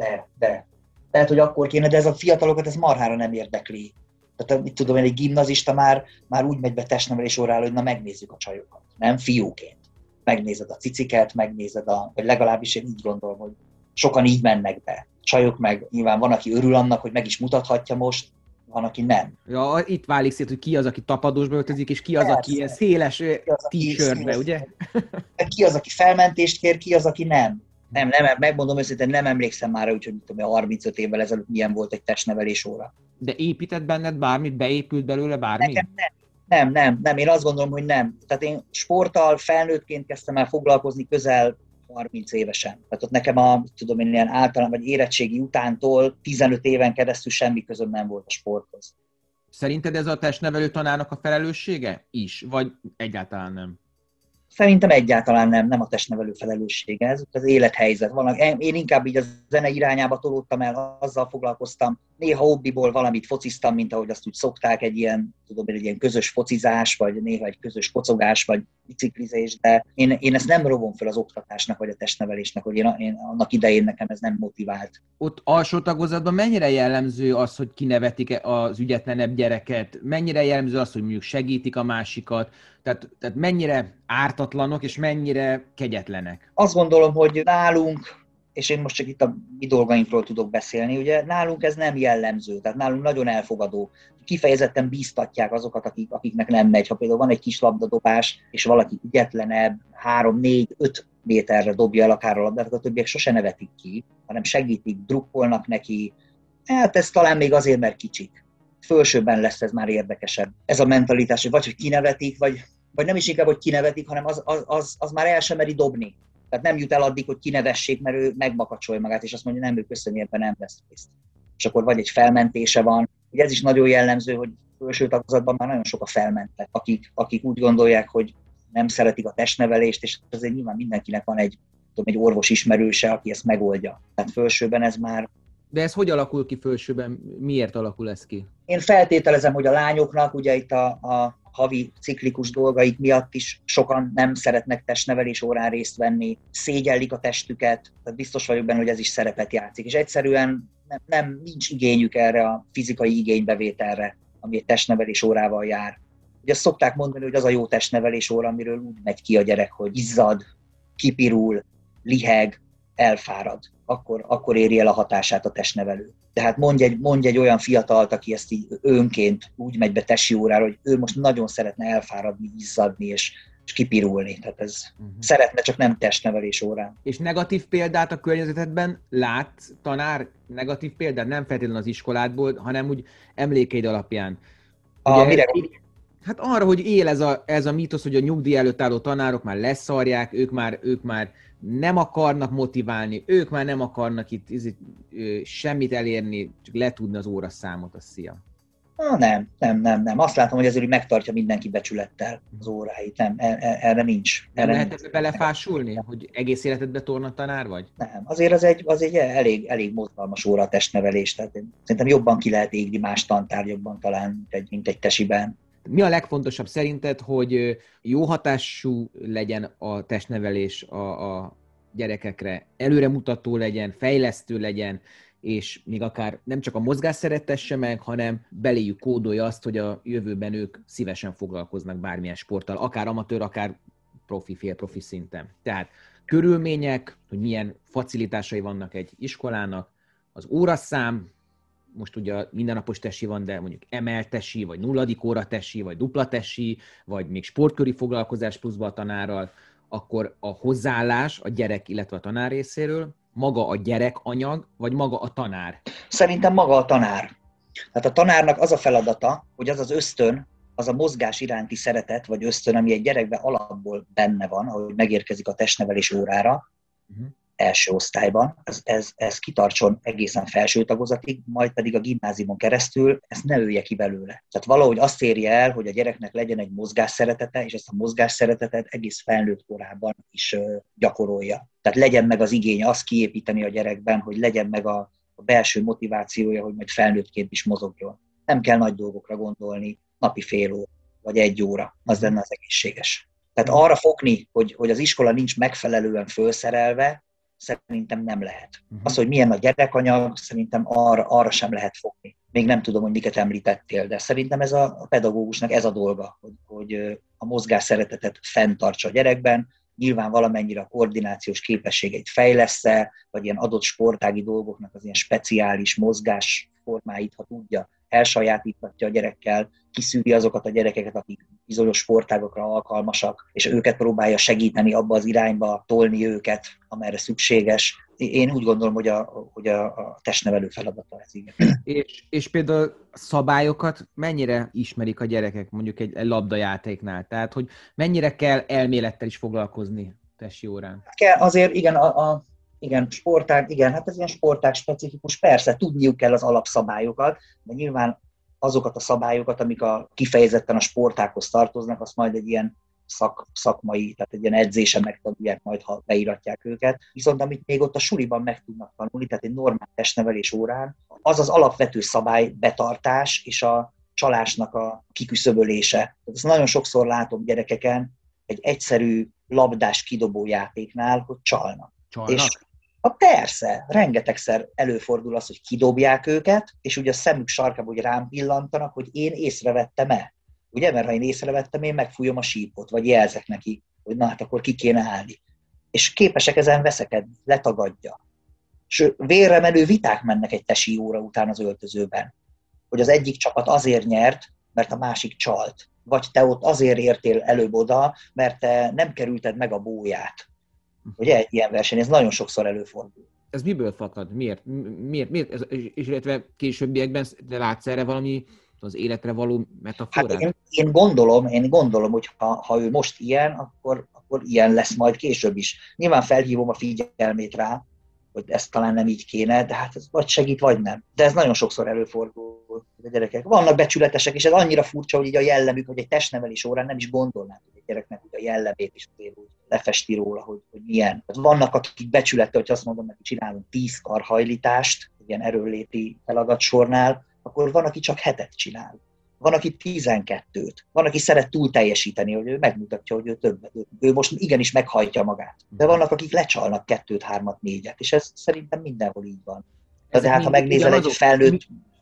lehet, hogy akkor kéne, de ez a fiatalokat ez marhára nem érdekli. Tehát mit tudom én, egy gimnazista már úgy megy be testnevelés órára, hogy na megnézzük a csajokat. Nem fiúként. Megnézed a ciciket, megnézed vagy legalábbis én így gondolom, hogy Sokan így mennek be. Csajok meg nyilván van, aki örül annak, hogy meg is mutathatja most, van, aki nem. Ja, itt válik szét, hogy ki az, aki tapadósba öltözik, és ki az, aki ilyen széles t-shirtbe, ugye? Ki az, aki felmentést kér, ki az, aki nem. Nem, megmondom őszintén, nem emlékszem már, úgyhogy 35 évvel ezelőtt milyen volt egy testnevelés óra. De épített benned bármit? Beépült belőle bármi? Nekem nem. Én azt gondolom, hogy nem. Tehát én sporttal felnőttként kezdtem el foglalkozni közel 30 évesen. Tehát ott nekem ilyen általán, vagy érettségi utántól 15 éven keresztül semmi közöm nem volt a sporthoz. Szerinted ez a testnevelő tanárnak a felelőssége is? Vagy egyáltalán nem? Szerintem egyáltalán nem a testnevelő felelőssége, ez az élethelyzet. Én inkább így a zene irányába tolódtam el, azzal foglalkoztam. Néha hobbiból valamit fociztam, mint ahogy azt úgy szokták, egy ilyen közös focizás, vagy néha egy közös kocogás, vagy biciklizés, de én ezt nem rovom fel az oktatásnak, vagy a testnevelésnek, hogy én annak idején nekem ez nem motivált. Ott alsó tagozatban mennyire jellemző az, hogy kinevetik az ügyetlenebb gyereket? Mennyire jellemző az, hogy mondjuk segítik a másikat? Tehát mennyire ártatlanok, és mennyire kegyetlenek? Azt gondolom, hogy nálunk, és én most csak itt a mi dolgainkról tudok beszélni, ugye nálunk ez nem jellemző, tehát nálunk nagyon elfogadó. Kifejezetten bíztatják azokat, akiknek nem megy. Ha például van egy kis labdadobás, és valaki ügyetlenebb, 3, 4, 5 méterre dobja el akár a labdát, akkor a többiek sose nevetik ki, hanem segítik, drukkolnak neki. Hát ez talán még azért, mert kicsik. Fölsőben lesz ez már érdekesebb. Ez a mentalitás, hogy vagy hogy kinevetik, vagy nem is inkább, hogy kinevetik, hanem az már el sem meri dobni. Tehát nem jut el addig, hogy kinevessék, mert ő megmakacsolja magát, és azt mondja, nem, ő köszöni, ebben nem vesz részt. És akkor vagy egy felmentése van. Ugye ez is nagyon jellemző, hogy felső tagozatban már nagyon sok a felmentek, akik úgy gondolják, hogy nem szeretik a testnevelést, és azért nyilván mindenkinek van egy orvos ismerőse, aki ezt megoldja. Tehát felsőben ez már... De ez hogy alakul ki felsőben? Miért alakul ez ki? Én feltételezem, hogy a lányoknak ugye itt a havi ciklikus dolgaik miatt is sokan nem szeretnek testnevelés órán részt venni, szégyellik a testüket, tehát biztos vagyok benne, hogy ez is szerepet játszik, és egyszerűen nincs igényük erre a fizikai igénybevételre, ami egy testnevelés órával jár. Ugye azt szokták mondani, hogy az a jó testnevelés óra, amiről úgy megy ki a gyerek, hogy izzad, kipirul, liheg, elfárad. Akkor éri el a hatását a testnevelő. Tehát mondj egy olyan fiatalt, aki ezt így önként úgy megy be testi órára, hogy ő most nagyon szeretne elfáradni, izzadni és kipirulni. Tehát ez szeretne, csak nem testnevelés órán. És negatív példát a környezetedben lát tanár? Negatív példát? Nem feltétlenül az iskoládból, hanem úgy emlékeid alapján. Mire? Hát arra, hogy él ez a mítosz, hogy a nyugdíj előtt álló tanárok már leszarják, ők már nem akarnak motiválni, ők már nem akarnak itt semmit elérni, csak letudni az óraszámot, szia. Nem. Azt látom, hogy ezért megtartja mindenki becsülettel az óráit. Nem, erre nincs. Nem lehet belefásulni, hogy egész életedben tornatanár vagy? Nem, azért az egy elég mozgalmas óra a testnevelés. Tehát szerintem jobban ki lehet égni más tantárgyakban talán, mint egy tesiben. Mi a legfontosabb szerinted, hogy jó hatású legyen a testnevelés a gyerekekre, előremutató legyen, fejlesztő legyen, és még akár nem csak a mozgás szerettesse meg, hanem beléjük kódolja azt, hogy a jövőben ők szívesen foglalkoznak bármilyen sporttal, akár amatőr, akár profi, félprofi szinten. Tehát körülmények, hogy milyen facilitásai vannak egy iskolának, az óraszám, most ugye mindennapos tesi van, de mondjuk emelt tesi, vagy nulladik óra tesi, vagy dupla tesi, vagy még sportköri foglalkozás pluszba a tanárral, akkor a hozzáállás a gyerek, illetve a tanár részéről, maga a gyerekanyag, vagy maga a tanár? Szerintem maga a tanár. Tehát a tanárnak az a feladata, hogy az ösztön, az a mozgás iránti szeretet, vagy ösztön, ami egy gyerekben alapból benne van, ahogy megérkezik a testnevelés órára, első osztályban, ez kitartson egészen felső tagozatig, majd pedig a gimnáziumon keresztül ezt ne ölje ki belőle. Tehát valahogy azt érje el, hogy a gyereknek legyen egy mozgásszeretete, és ezt a mozgásszeretetet egész felnőtt korában is gyakorolja. Tehát legyen meg az igény azt kiépíteni a gyerekben, hogy legyen meg a belső motivációja, hogy majd felnőttként is mozogjon. Nem kell nagy dolgokra gondolni, napi fél óra, vagy 1 óra, az lenne az egészséges. Tehát arra fogni, hogy az iskola nincs megfelelően fölszerelve, szerintem nem lehet. Az, hogy milyen a gyerekanyag, szerintem arra sem lehet fogni. Még nem tudom, hogy miket említettél, de szerintem ez a pedagógusnak ez a dolga, hogy a mozgás szeretetet fenntartsa a gyerekben, nyilván valamennyire a koordinációs képességeit fejlessze, vagy ilyen adott sportági dolgoknak az ilyen speciális mozgásformáit, ha tudja, elsajátíthatja a gyerekkel, kiszűri azokat a gyerekeket, akik bizonyos sportágokra alkalmasak, és őket próbálja segíteni abba az irányba, tolni őket, amerre szükséges. Én úgy gondolom, hogy a testnevelő feladata ez, igen. És például szabályokat mennyire ismerik a gyerekek mondjuk egy labdajátéknál? Tehát, hogy mennyire kell elmélettel is foglalkozni testi órán? Kell azért, igen, igen, sportág, igen, hát ez ilyen sportág specifikus, persze, tudniuk kell az alapszabályokat, de nyilván azokat a szabályokat, amik kifejezetten a sportághoz tartoznak, azt majd egy ilyen szakmai, tehát egy ilyen edzésen megtanulják majd, ha beíratják őket. Viszont amit még ott a suliban meg tudnak tanulni, tehát egy normál testnevelés órán, az az alapvető szabály betartás és a csalásnak a kiküszöbölése. Ezt nagyon sokszor látom gyerekeken egy egyszerű labdás kidobó játéknál, hogy csalnak. És persze, rengetegszer előfordul az, hogy kidobják őket, és ugye a szemük sarkába hogy rám pillantanak, hogy én észrevettem-e. Ugye, mert ha én észrevettem, én megfújom a sípot, vagy jelzek neki, hogy na hát akkor ki kéne állni. És képesek ezen veszekedni, letagadja. És vérre menő viták mennek egy tesi óra után az öltözőben, hogy az egyik csapat azért nyert, mert a másik csalt. Vagy te ott azért értél előbb oda, mert te nem kerülted meg a bóját. Ugye, egy ilyen verseny, ez nagyon sokszor előfordul. Ez miből fakad? Miért? És illetve későbbiekben látsz erre valami az életre való metaforát? Hát én gondolom, hogy ha ő most ilyen, akkor ilyen lesz majd később is. Nyilván felhívom a figyelmét rá, hogy ezt talán nem így kéne, de hát ez vagy segít, vagy nem. De ez nagyon sokszor előfordul a gyerekek. Vannak becsületesek, és ez annyira furcsa, hogy így a jellemük, hogy egy testnevelés órán nem is gondolnám, hogy egy gyereknek úgy a jellemét is úgy lefesti róla, hogy milyen. Vannak, akik becsülete, hogy azt mondom, hogy csinálunk 10 karhajlítást, ilyen erőnléti feladatsornál, akkor van, aki csak 7-et csinál. Van, aki 12-t. Van, aki szeret túl teljesíteni, hogy ő megmutatja, hogy ő többet. Ő most igenis meghajtja magát. De vannak, akik lecsalnak 2-t, 3-at, 4-et, és ez szerintem mindenhol így van. De hát, ha megnézel egy felnőtt...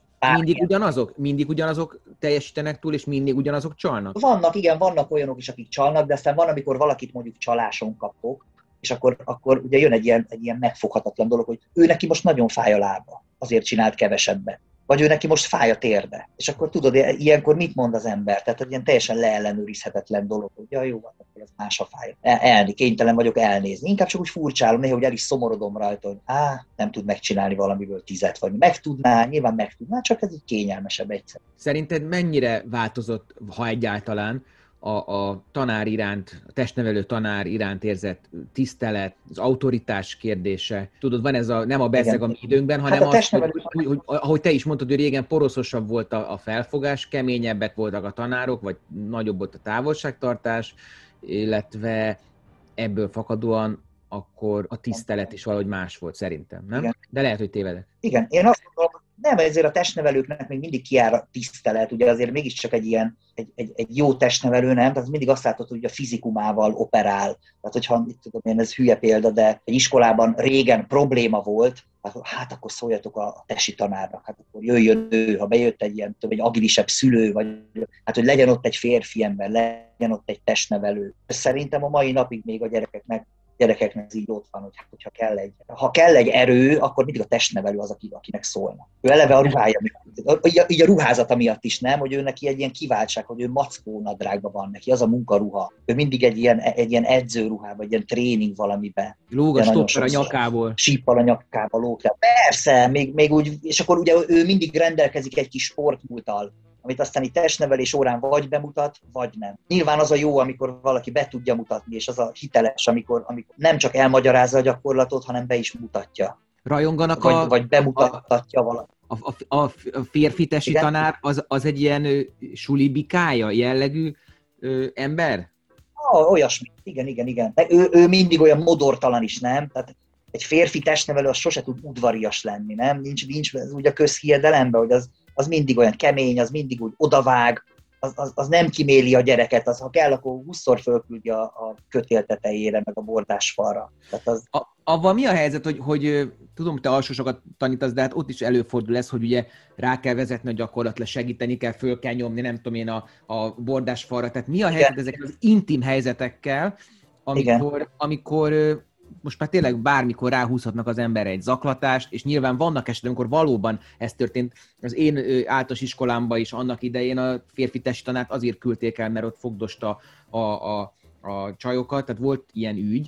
Mindig ugyanazok teljesítenek túl, és mindig ugyanazok csalnak? Vannak olyanok is, akik csalnak, de aztán van, amikor valakit mondjuk csaláson kapok, és akkor ugye jön egy ilyen megfoghatatlan dolog, hogy ő neki most nagyon fáj a lába, azért csinált kevesebbet. Vagy ő neki most fáj a térde. És akkor tudod, ilyenkor mit mond az ember? Tehát egy ilyen teljesen leellenőrizhetetlen dolog, hogy ja, jó, akkor ez más a fáj. Kénytelen vagyok elnézni. Inkább csak úgy furcsálom, néha, hogy el is szomorodom rajta, hogy nem tud megcsinálni valamiből 10-et, vagy nyilván meg tudná, csak ez így kényelmesebb egyszer. Szerinted mennyire változott, ha egyáltalán, a tanár iránt, a testnevelő tanár iránt érzett tisztelet, az autoritás kérdése? Tudod, van ez nem a beszeg a mi időnkben, hanem hát hogy ahogy te is mondtad, hogy régen poroszosabb volt a felfogás, keményebbek voltak a tanárok, vagy nagyobb volt a távolságtartás, illetve ebből fakadóan akkor a tisztelet is valahogy más volt szerintem, nem? Igen. De lehet, hogy tévedek. Igen, én azt gondolom, nem, ezért a testnevelőknek még mindig kijár a tisztelet, ugye azért mégiscsak egy jó testnevelő, nem? Tehát mindig azt látod, hogy a fizikumával operál. Tehát hogyha, tudom én, ez hülye példa, de egy iskolában régen probléma volt, hát akkor szóljatok a tesi tanárnak, hát akkor jöjjön ő, ha bejött egy agilisebb szülő, vagy hát hogy legyen ott egy férfi ember, legyen ott egy testnevelő. Szerintem a mai napig még a gyerekeknek ez így ott van, hogy ha kell egy erő, akkor mindig a testnevelő az, akinek szólna. Ő eleve a ruhája miatt, így a ruházata miatt is, nem, hogy ő neki egy ilyen kiváltság, hogy ő mackó nadrágban van neki, az a munkaruha. Ő mindig egy ilyen edzőruhában, egy ilyen tréning valamiben. Lóg a stoppal a nyakából. Síppal a nyakába lóg. Persze, még úgy, és akkor ugye ő mindig rendelkezik egy kis sportmúlttal, amit aztán itt testnevelés órán vagy bemutat, vagy nem. Nyilván az a jó, amikor valaki be tudja mutatni, és az a hiteles, amikor nem csak elmagyarázza a gyakorlatot, hanem be is mutatja. Rajonganak vagy bemutatja valaki. A férfi tesi tanár az egy ilyen sulibikája jellegű ember? Olyasmi. Igen. Ő mindig olyan modortalan is, nem? Tehát egy férfi testnevelő az sose tud udvarias lenni, nem? Nincs ez úgy a közhiedelemben, hogy az mindig olyan kemény, az mindig úgy odavág, az nem kiméli a gyereket, ha kell, akkor 20-szor fölküldi a kötél tetejére, meg a bordásfalra. Avval mi a helyzet, hogy tudom, te alsósokat tanítasz, de hát ott is előfordul ez, hogy ugye rá kell vezetni a gyakorlatra, segíteni kell, föl kell nyomni, nem tudom én, a bordásfalra. Tehát mi a helyzet ezekkel az intim helyzetekkel, amikor most már tényleg bármikor ráhúzhatnak az emberre egy zaklatást, és nyilván vannak esetek, amikor valóban ez történt. Az én általános iskolámban is annak idején a férfi testtanát azért küldték el, mert ott fogdosta a csajokat, tehát volt ilyen ügy.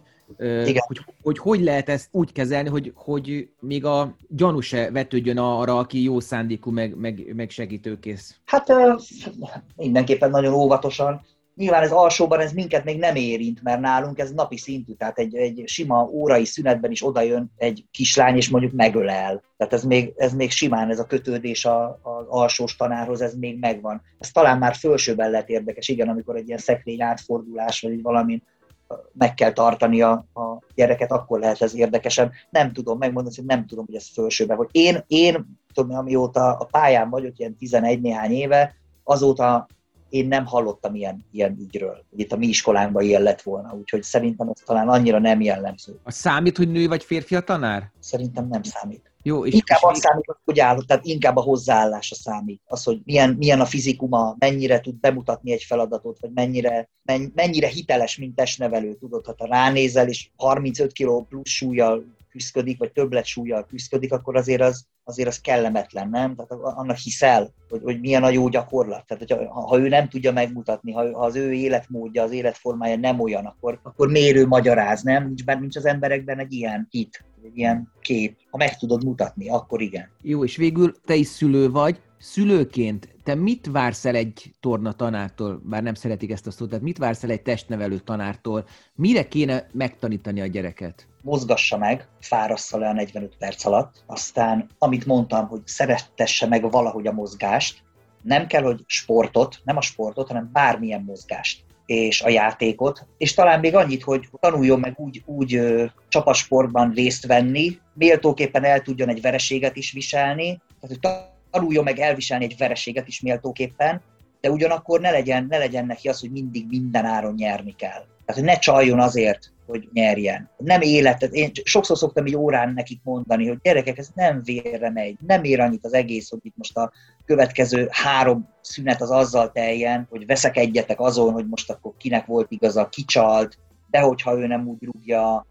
Hogy lehet ezt úgy kezelni, hogy még a gyanú se vetődjön arra, aki jó szándékú, meg segítőkész? Hát mindenképpen nagyon óvatosan. Nyilván ez alsóban ez minket még nem érint, mert nálunk ez napi szintű, tehát egy sima órai szünetben is odajön egy kislány, és mondjuk megölel. Tehát ez még simán, ez a kötődés az alsós tanárhoz, ez még megvan. Ez talán már fölsőben lett érdekes, igen, amikor egy ilyen szekrény átfordulás, vagy valamin meg kell tartani a gyereket, akkor lehet ez érdekesebb. Nem tudom, megmondani, hogy nem tudom, hogy ez fölsőben. Hogy én tudom, amióta a pályán vagyok, ilyen 11 néhány éve, azóta én nem hallottam ilyen ügyről, hogy itt a mi iskolánkban ilyen lett volna, úgyhogy szerintem ez talán annyira nem jellemző. A számít, hogy nő vagy férfi a tanár? Szerintem nem számít. Jó, inkább az számít, hogy állok, tehát inkább a hozzáállása számít. Az, hogy milyen a fizikuma, mennyire tud bemutatni egy feladatot, vagy mennyire hiteles, mint testnevelő, tudod, ha ránézel, és 35 kg plusz súllyal küszködik, vagy többlet súllyal küszködik, akkor azért az kellemetlen, nem? Tehát annak hiszel, hogy milyen a jó gyakorlat. Tehát, ha ő nem tudja megmutatni, ha az ő életmódja, az életformája nem olyan, akkor miért ő magyaráz, nem? Nincs az emberekben egy ilyen hit, egy ilyen kép. Ha meg tudod mutatni, akkor igen. Jó, és végül te is szülő vagy. Szülőként te mit vársz el egy torna tanártól, bár nem szeretik ezt a szót, tehát mit vársz el egy testnevelő tanártól? Mire kéne megtanítani a gyereket? Mozgassa meg, fárassza le a 45 perc alatt, aztán amit mondtam, hogy szerettesse meg valahogy a mozgást, nem kell, hogy nem a sportot, hanem bármilyen mozgást és a játékot, és talán még annyit, hogy tanuljon meg úgy csapatsportban részt venni, méltóképpen el tudjon egy vereséget is viselni, tehát hogy tanuljon meg elviselni egy vereséget is méltóképpen, de ugyanakkor ne legyen neki az, hogy mindig minden áron nyerni kell. Tehát, hogy ne csaljon azért, hogy nyerjen. Nem életet. Én sokszor szoktam így órán nekik mondani, hogy gyerekek, ez nem vérre megy. Nem ér annyit az egész, hogy itt most a következő 3 szünet az azzal teljen, hogy veszekedjetek azon, hogy most akkor kinek volt igaza, kicsalt, de hogyha ő nem úgy rúgja,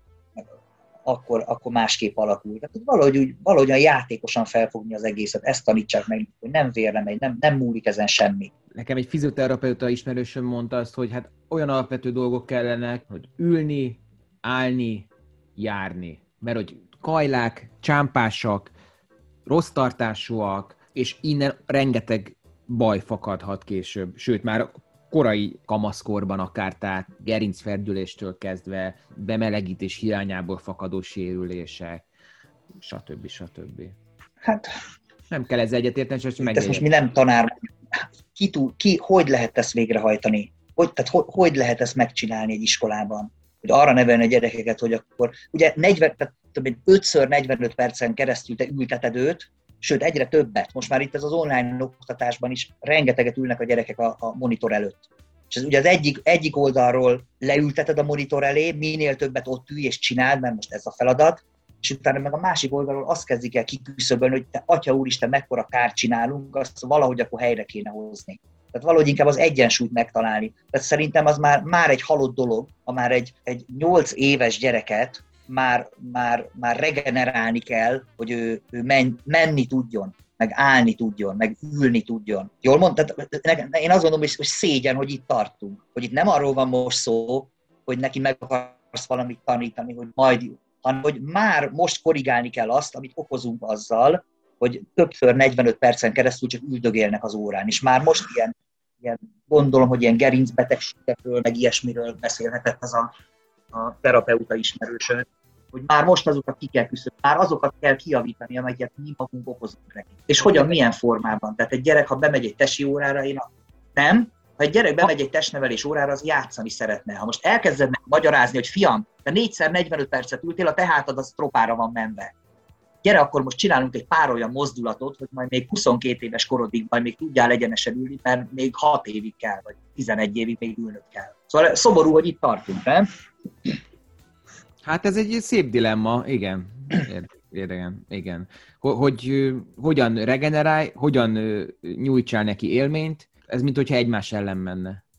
akkor másképp alakul. Tehát valahogyan játékosan felfogni az egészet, ezt tanítsák meg, hogy nem vérre megy, nem múlik ezen semmi. Nekem egy fizioterapeuta ismerősöm mondta azt, hogy hát olyan alapvető dolgok kellenek, hogy ülni, állni, járni. Mert hogy kajlák, csámpásak, rossz tartásúak, és innen rengeteg baj fakadhat később. Sőt, már korai kamaszkorban akár, tehát gerincferdüléstől kezdve, bemelegítés hiányából fakadó sérülések, stb. Hát, nem kell ezzel egyetérteni, csak megjegyez. Ez most mi nem tanár, hogy lehet ezt végrehajtani? Hogy lehet ezt megcsinálni egy iskolában? Hogy arra nevelni a gyerekeket, hogy akkor, ugye 5-ször 45 percen keresztül te ülteted őt, sőt, egyre többet. Most már itt ez az online oktatásban is rengeteget ülnek a gyerekek a monitor előtt. És ez ugye az egyik oldalról leülteted a monitor elé, minél többet ott ülj és csináld, mert most ez a feladat, és utána meg a másik oldalról azt kezdik el kiküszöbölni, hogy te, atya úristen, mekkora kárt csinálunk, azt valahogy akkor helyre kéne hozni. Tehát valahogy inkább az egyensúlyt megtalálni. Tehát szerintem az már egy halott dolog, ha már egy 8 éves gyereket már regenerálni kell, hogy ő menni tudjon, meg állni tudjon, meg ülni tudjon. Jól mondtad? Én azt gondolom, hogy szégyen, hogy itt tartunk. Hogy itt nem arról van most szó, hogy neki meg akarsz valamit tanítani, hogy majd, hanem hogy már most korrigálni kell azt, amit okozunk azzal, hogy többször 45 percen keresztül csak üldögélnek az órán. És már most ilyen gondolom, hogy ilyen gerincbetegségekről, meg ilyesmiről beszélhetett ez a terapeuta ismerősöd, hogy már most azokat ki kell küszöbölni, már azokat kell kijavítani, amelyeket mi magunk okozunk neki. És hogyan, milyen formában? Tehát egy gyerek, ha bemegy egy tesi órára, nem. Ha egy gyerek bemegy egy testnevelés órára, az játszani szeretne. Ha most elkezded meg magyarázni, hogy fiam, te 4x 45 percet ültél, a te hátad az tropára van menve. Gyere, akkor most csinálunk egy pár olyan mozdulatot, hogy majd még 22 éves korodig majd még tudjál egyenesen ülni, mert még 6 évig kell, vagy 11 évig még ülnöd kell. Szóval szomorú, hogy itt tartunk, nem? Hát ez egy szép dilemma, igen. Igen. Hogy hogyan regenerálj, hogyan nyújtsál neki élményt, ez mint hogyha egymás ellen menne.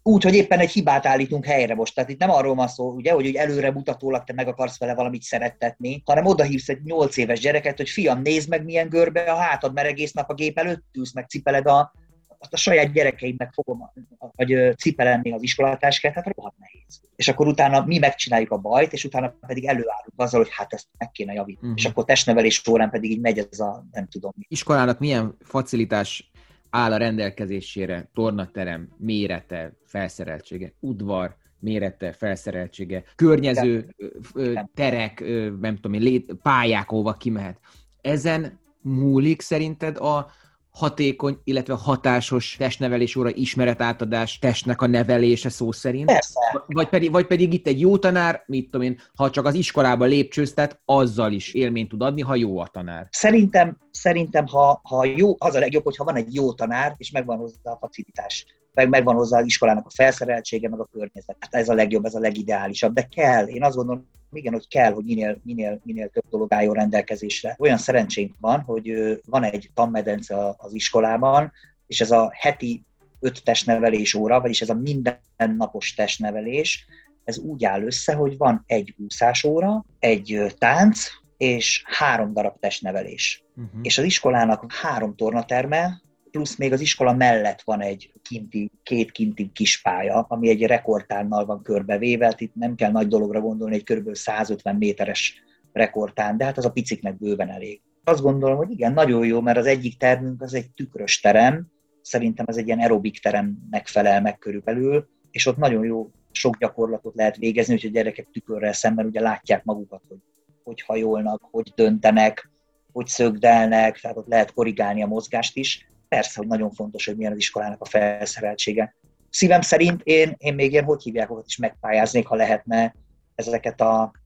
úgy, hogy éppen egy hibát állítunk helyre most. Tehát itt nem arról van szó, ugye, hogy előre mutatólag te meg akarsz vele valamit szerettetni, hanem odahívsz egy 8 éves gyereket, hogy fiam, nézd meg milyen görbe a hátad, mert egész nap a gép előtt ülsz, meg cipeled azt a saját gyerekeimnek fogom, vagy cipelni az iskolatáskát, hát rohadt nehéz. És akkor utána mi megcsináljuk a bajt, és utána pedig előállunk azzal, hogy hát ezt meg kéne javítani. És akkor testnevelés során pedig így megy ez a nem tudom. Iskolának milyen facilitás áll a rendelkezésére? Tornaterem, mérete, felszereltsége, udvar, mérete, felszereltsége, környező terek, nem tudom én, pályák, ahova kimehet. Ezen múlik szerinted a hatékony, illetve hatásos testnevelés óra ismeretátadás, testnek a nevelése szó szerint? Persze. Vagy pedig itt egy jó tanár, mit tudom én, ha csak az iskolába lépcsőztet, azzal is élményt tud adni, ha jó a tanár. Szerintem ha jó, az a legjobb, hogyha van egy jó tanár, és megvan hozzá a facilitás, megvan hozzá az iskolának a felszereltsége, meg a környezet. Hát ez a legjobb, ez a legideálisabb, de kell, én azt gondolom, igen, hogy kell, hogy minél több dolog álljon rendelkezésre. Olyan szerencsénk van, hogy van egy tanmedence az iskolában, és ez a heti 5 testnevelés óra, vagyis ez a mindennapos testnevelés, ez úgy áll össze, hogy van egy úszás óra, egy tánc, és 3 darab testnevelés. És az iskolának 3 tornaterme, plusz még az iskola mellett van egy két kinti kispálya, ami egy rekordtánnal van körbevéve, itt nem kell nagy dologra gondolni, egy kb. 150 méteres rekordtán, de hát az a piciknek bőven elég. Azt gondolom, hogy igen, nagyon jó, mert az egyik termünk az egy tükrös terem, szerintem ez egy ilyen aerobik teremnek felel meg körülbelül, és ott nagyon jó sok gyakorlatot lehet végezni, hogy a gyerekek tükörrel szemben ugye látják magukat, hogy hajolnak, hogy döntenek, hogy szögdelnek, tehát ott lehet korrigálni a mozgást is. Persze, hogy nagyon fontos, hogy milyen az iskolának a felszereltsége. Szívem szerint én még ilyen, hogy hívják, is megpályáznék, ha lehetne ezeket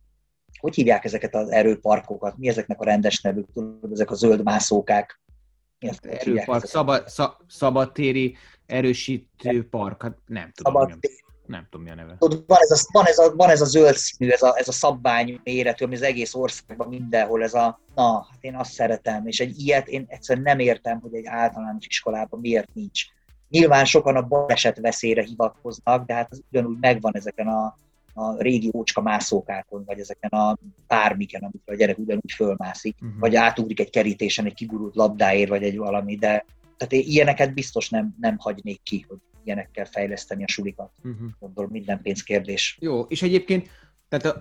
hogy hívják ezeket az erőparkokat? Mi ezeknek a rendes nevük? Tudod, ezek a zöld mászókák. Erőpark, szabadtéri erősítő park, hát nem tudom. Nem tudom, mi a neve. Van ez a zöld színű, ez a szabvány méretű, ami az egész országban mindenhol hát én azt szeretem, és egy ilyet én egyszerűen nem értem, hogy egy általános iskolában miért nincs. Nyilván sokan a baleset veszélyre hivatkoznak, de hát az ugyanúgy megvan ezeken a régi ócska mászókákon, vagy ezeken a bármiken, amikor a gyerek ugyanúgy fölmászik, vagy átugrik egy kerítésen egy kigurult labdáért, vagy egy valami, de tehát én ilyeneket biztos nem hagynék ki, hogy ilyenekkel fejleszteni a sulikat. Gondolom, minden pénzkérdés. Jó, és egyébként, tehát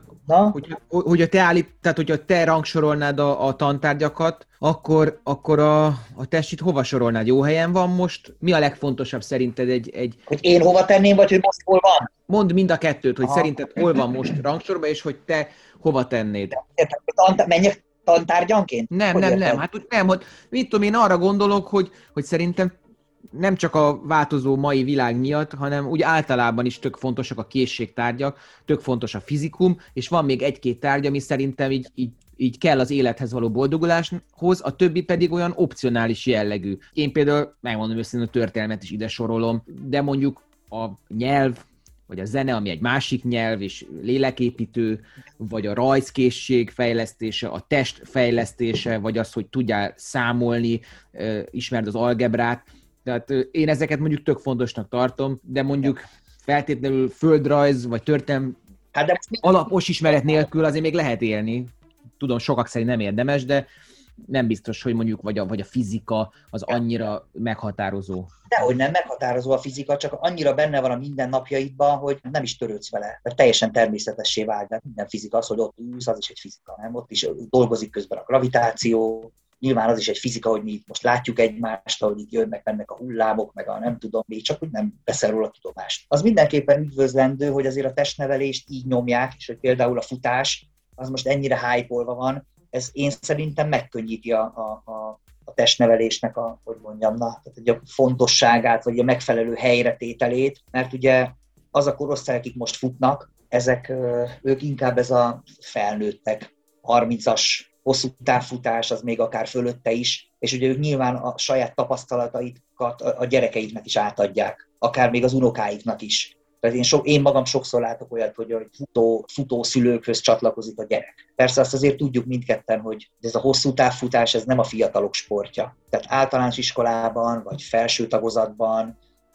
hogyha te rangsorolnád a tantárgyakat, akkor a testit hova sorolnád? Jó helyen van most? Mi a legfontosabb szerinted Hogy én hova tenném, vagy hogy most hol van? Mondd mind a kettőt, hogy szerinted hol van most rangsorban, és hogy te hova tennéd. Menjek tantárgyanként? Nem. Hát nem, hogy mit tudom, én arra gondolok, hogy szerintem nem csak a változó mai világ miatt, hanem úgy általában is tök fontosak a készségtárgyak, tök fontos a fizikum, és van még 1-2 tárgy, ami szerintem így kell az élethez való boldoguláshoz, a többi pedig olyan opcionális jellegű. Én például, megmondom őszintén, a történelmet is ide sorolom, de mondjuk a nyelv, vagy a zene, ami egy másik nyelv, és léleképítő, vagy a rajzkészség fejlesztése, a test fejlesztése, vagy az, hogy tudjál számolni, ismerd az algebrát. Tehát én ezeket mondjuk tök fontosnak tartom, de mondjuk feltétlenül földrajz, vagy történelem alapos ismeret nélkül azért még lehet élni. Tudom, sokak szerint nem érdemes, de nem biztos, hogy mondjuk vagy a fizika az annyira meghatározó. Dehogy nem meghatározó a fizika, csak annyira benne van a mindennapjaidban, hogy nem is törődsz vele. Mert teljesen természetessé vált, mert minden fizika az, hogy ott ülsz, az is egy fizika, nem? Ott is dolgozik közben a gravitáció, nyilván az is egy fizika, hogy mi itt most látjuk egymást, ahogy így jönnek, mennek a hullámok, meg a nem tudom mi, csak úgy nem veszel róla tudomást. Az mindenképpen üdvözlendő, hogy azért a testnevelést így nyomják, és hogy például a futás, az most ennyire hype-olva van, ez én szerintem megkönnyíti a testnevelésnek a fontosságát, vagy a megfelelő helyretételét, mert ugye az a korosztály, akik most futnak, ők inkább ez a felnőttek, 30-as hosszú távfutás, az még akár fölötte is, és ugye ők nyilván a saját tapasztalataikat a gyerekeiknek is átadják, akár még az unokáiknak is. Tehát én magam sokszor látok olyat, hogy futó szülőkhöz csatlakozik a gyerek. Persze azt azért tudjuk mindketten, hogy ez a hosszú távfutás, ez nem a fiatalok sportja. Tehát általános iskolában, vagy felső tagozatban,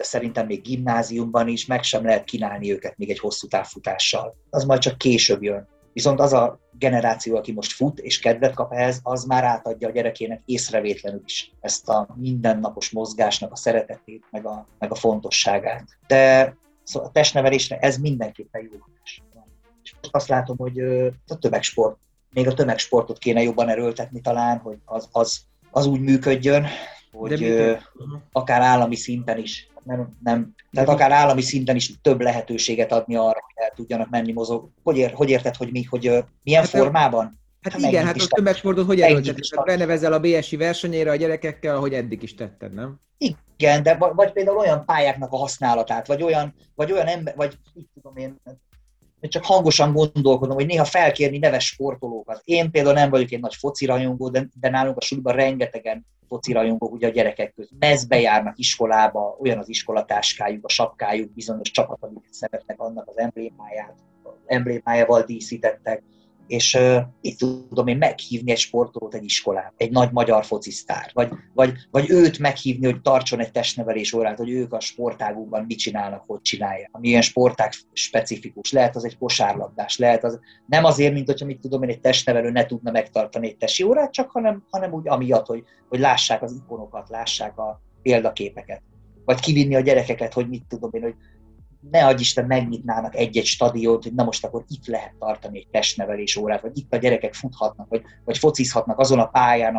szerintem még gimnáziumban is meg sem lehet kínálni őket még egy hosszú távfutással. Az majd csak később jön. Viszont az a generáció, aki most fut és kedvet kap ehhez, az már átadja a gyerekének észrevétlenül is ezt a mindennapos mozgásnak a szeretetét, meg a fontosságát. De szóval a testnevelésre ez mindenképpen jó hatás. És most azt látom, hogy a tömegsport, még a tömegsportot kéne jobban erőltetni talán, hogy az úgy működjön, hogy akár állami szinten is, tehát akár állami szinten is több lehetőséget adni arra, hogy el tudjanak menni mozog. Hogy érted, hogy milyen formában? Hát igen, hát a tömegsportot hogy erőlteted? Benevezel a BSI versenyére a gyerekekkel, ahogy eddig is tetted, nem? Igen, de vagy például olyan pályáknak a használatát, vagy olyan ember, vagy így tudom én, csak hangosan gondolkodom, hogy néha felkérni neves sportolókat. Én például nem vagyok egy nagy foci rajongó, de nálunk a suliban rengetegen foci rajongók ugye a gyerekek között. Mezbe járnak iskolába, olyan az iskolatáskájuk, a sapkájuk, bizonyos csapat, amiket szeretnek, annak az emblémájával díszítettek. És itt tudom én meghívni egy sportolót egy iskolán, egy nagy magyar focisztár, vagy őt meghívni, hogy tartson egy testnevelés órát, hogy ők a sportágukban mit csinálnak, hogy csinálják. Ami ilyen sportág specifikus, lehet az egy kosárlabdás, lehet az nem azért, mint hogyha mit tudom én, egy testnevelő ne tudna megtartani egy tesi órát, csak hanem úgy amiatt, hogy lássák az ikonokat, lássák a példaképeket. Vagy kivinni a gyerekeket, hogy mit tudom én, hogy ne adj Isten, megnyitnának egy-egy stadiont, hogy na most akkor itt lehet tartani egy testnevelés órát, vagy itt a gyerekek futhatnak, vagy focizhatnak azon a pályán,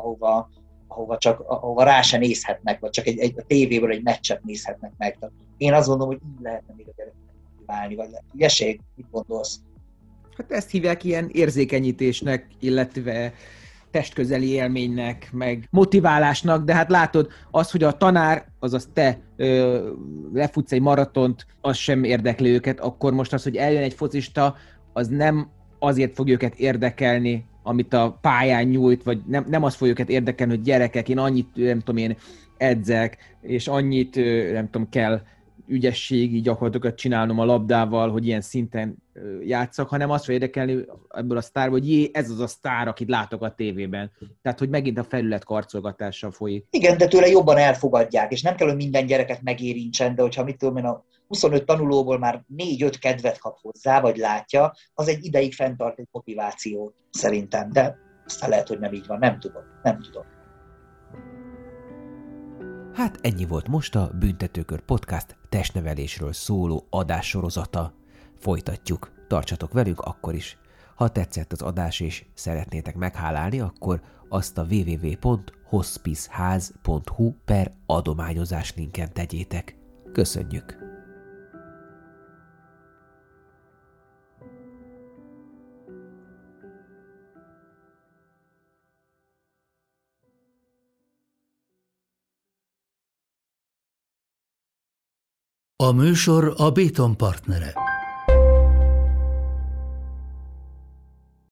ahova rá se nézhetnek, vagy csak a tévéből egy meccset nézhetnek meg. Tehát én azt gondolom, hogy így lehetne még a gyerekeknek motiválni, vagy ügyeség, mit gondolsz? Hát ezt hívják ilyen érzékenyítésnek, illetve testközeli élménynek, meg motiválásnak, de hát látod, az, hogy a tanár, azaz te lefutsz egy maratont, az sem érdekli őket, akkor most az, hogy eljön egy focista, az nem azért fog őket érdekelni, amit a pályán nyújt, vagy nem az fog őket érdekelni, hogy gyerekek, én annyit, nem tudom én, edzek, és annyit, nem tudom, kell ügyességi gyakorlatokat csinálnom a labdával, hogy ilyen szinten játszak, hanem azt fog érdekelni ebből a sztárból, hogy ez az a sztár, akit látok a tévében. Tehát, hogy megint a felület karcolgatással folyik. Igen, de tőle jobban elfogadják, és nem kell, hogy minden gyereket megérintsen, de hogyha mit tudom én, a 25 tanulóból már 4-5 kedvet kap hozzá, vagy látja, az egy ideig fenntart egy motivációt szerintem, de aztán lehet, hogy nem így van, nem tudom. Hát ennyi volt most a Büntetőkör Podcast testnevelésről szóló adássorozata. Folytatjuk. Tartsatok velünk akkor is. Ha tetszett az adás és szeretnétek meghálálni, akkor azt a www.hospiceház.hu/adományozás linken tegyétek. Köszönjük! A műsor a Béton partnere.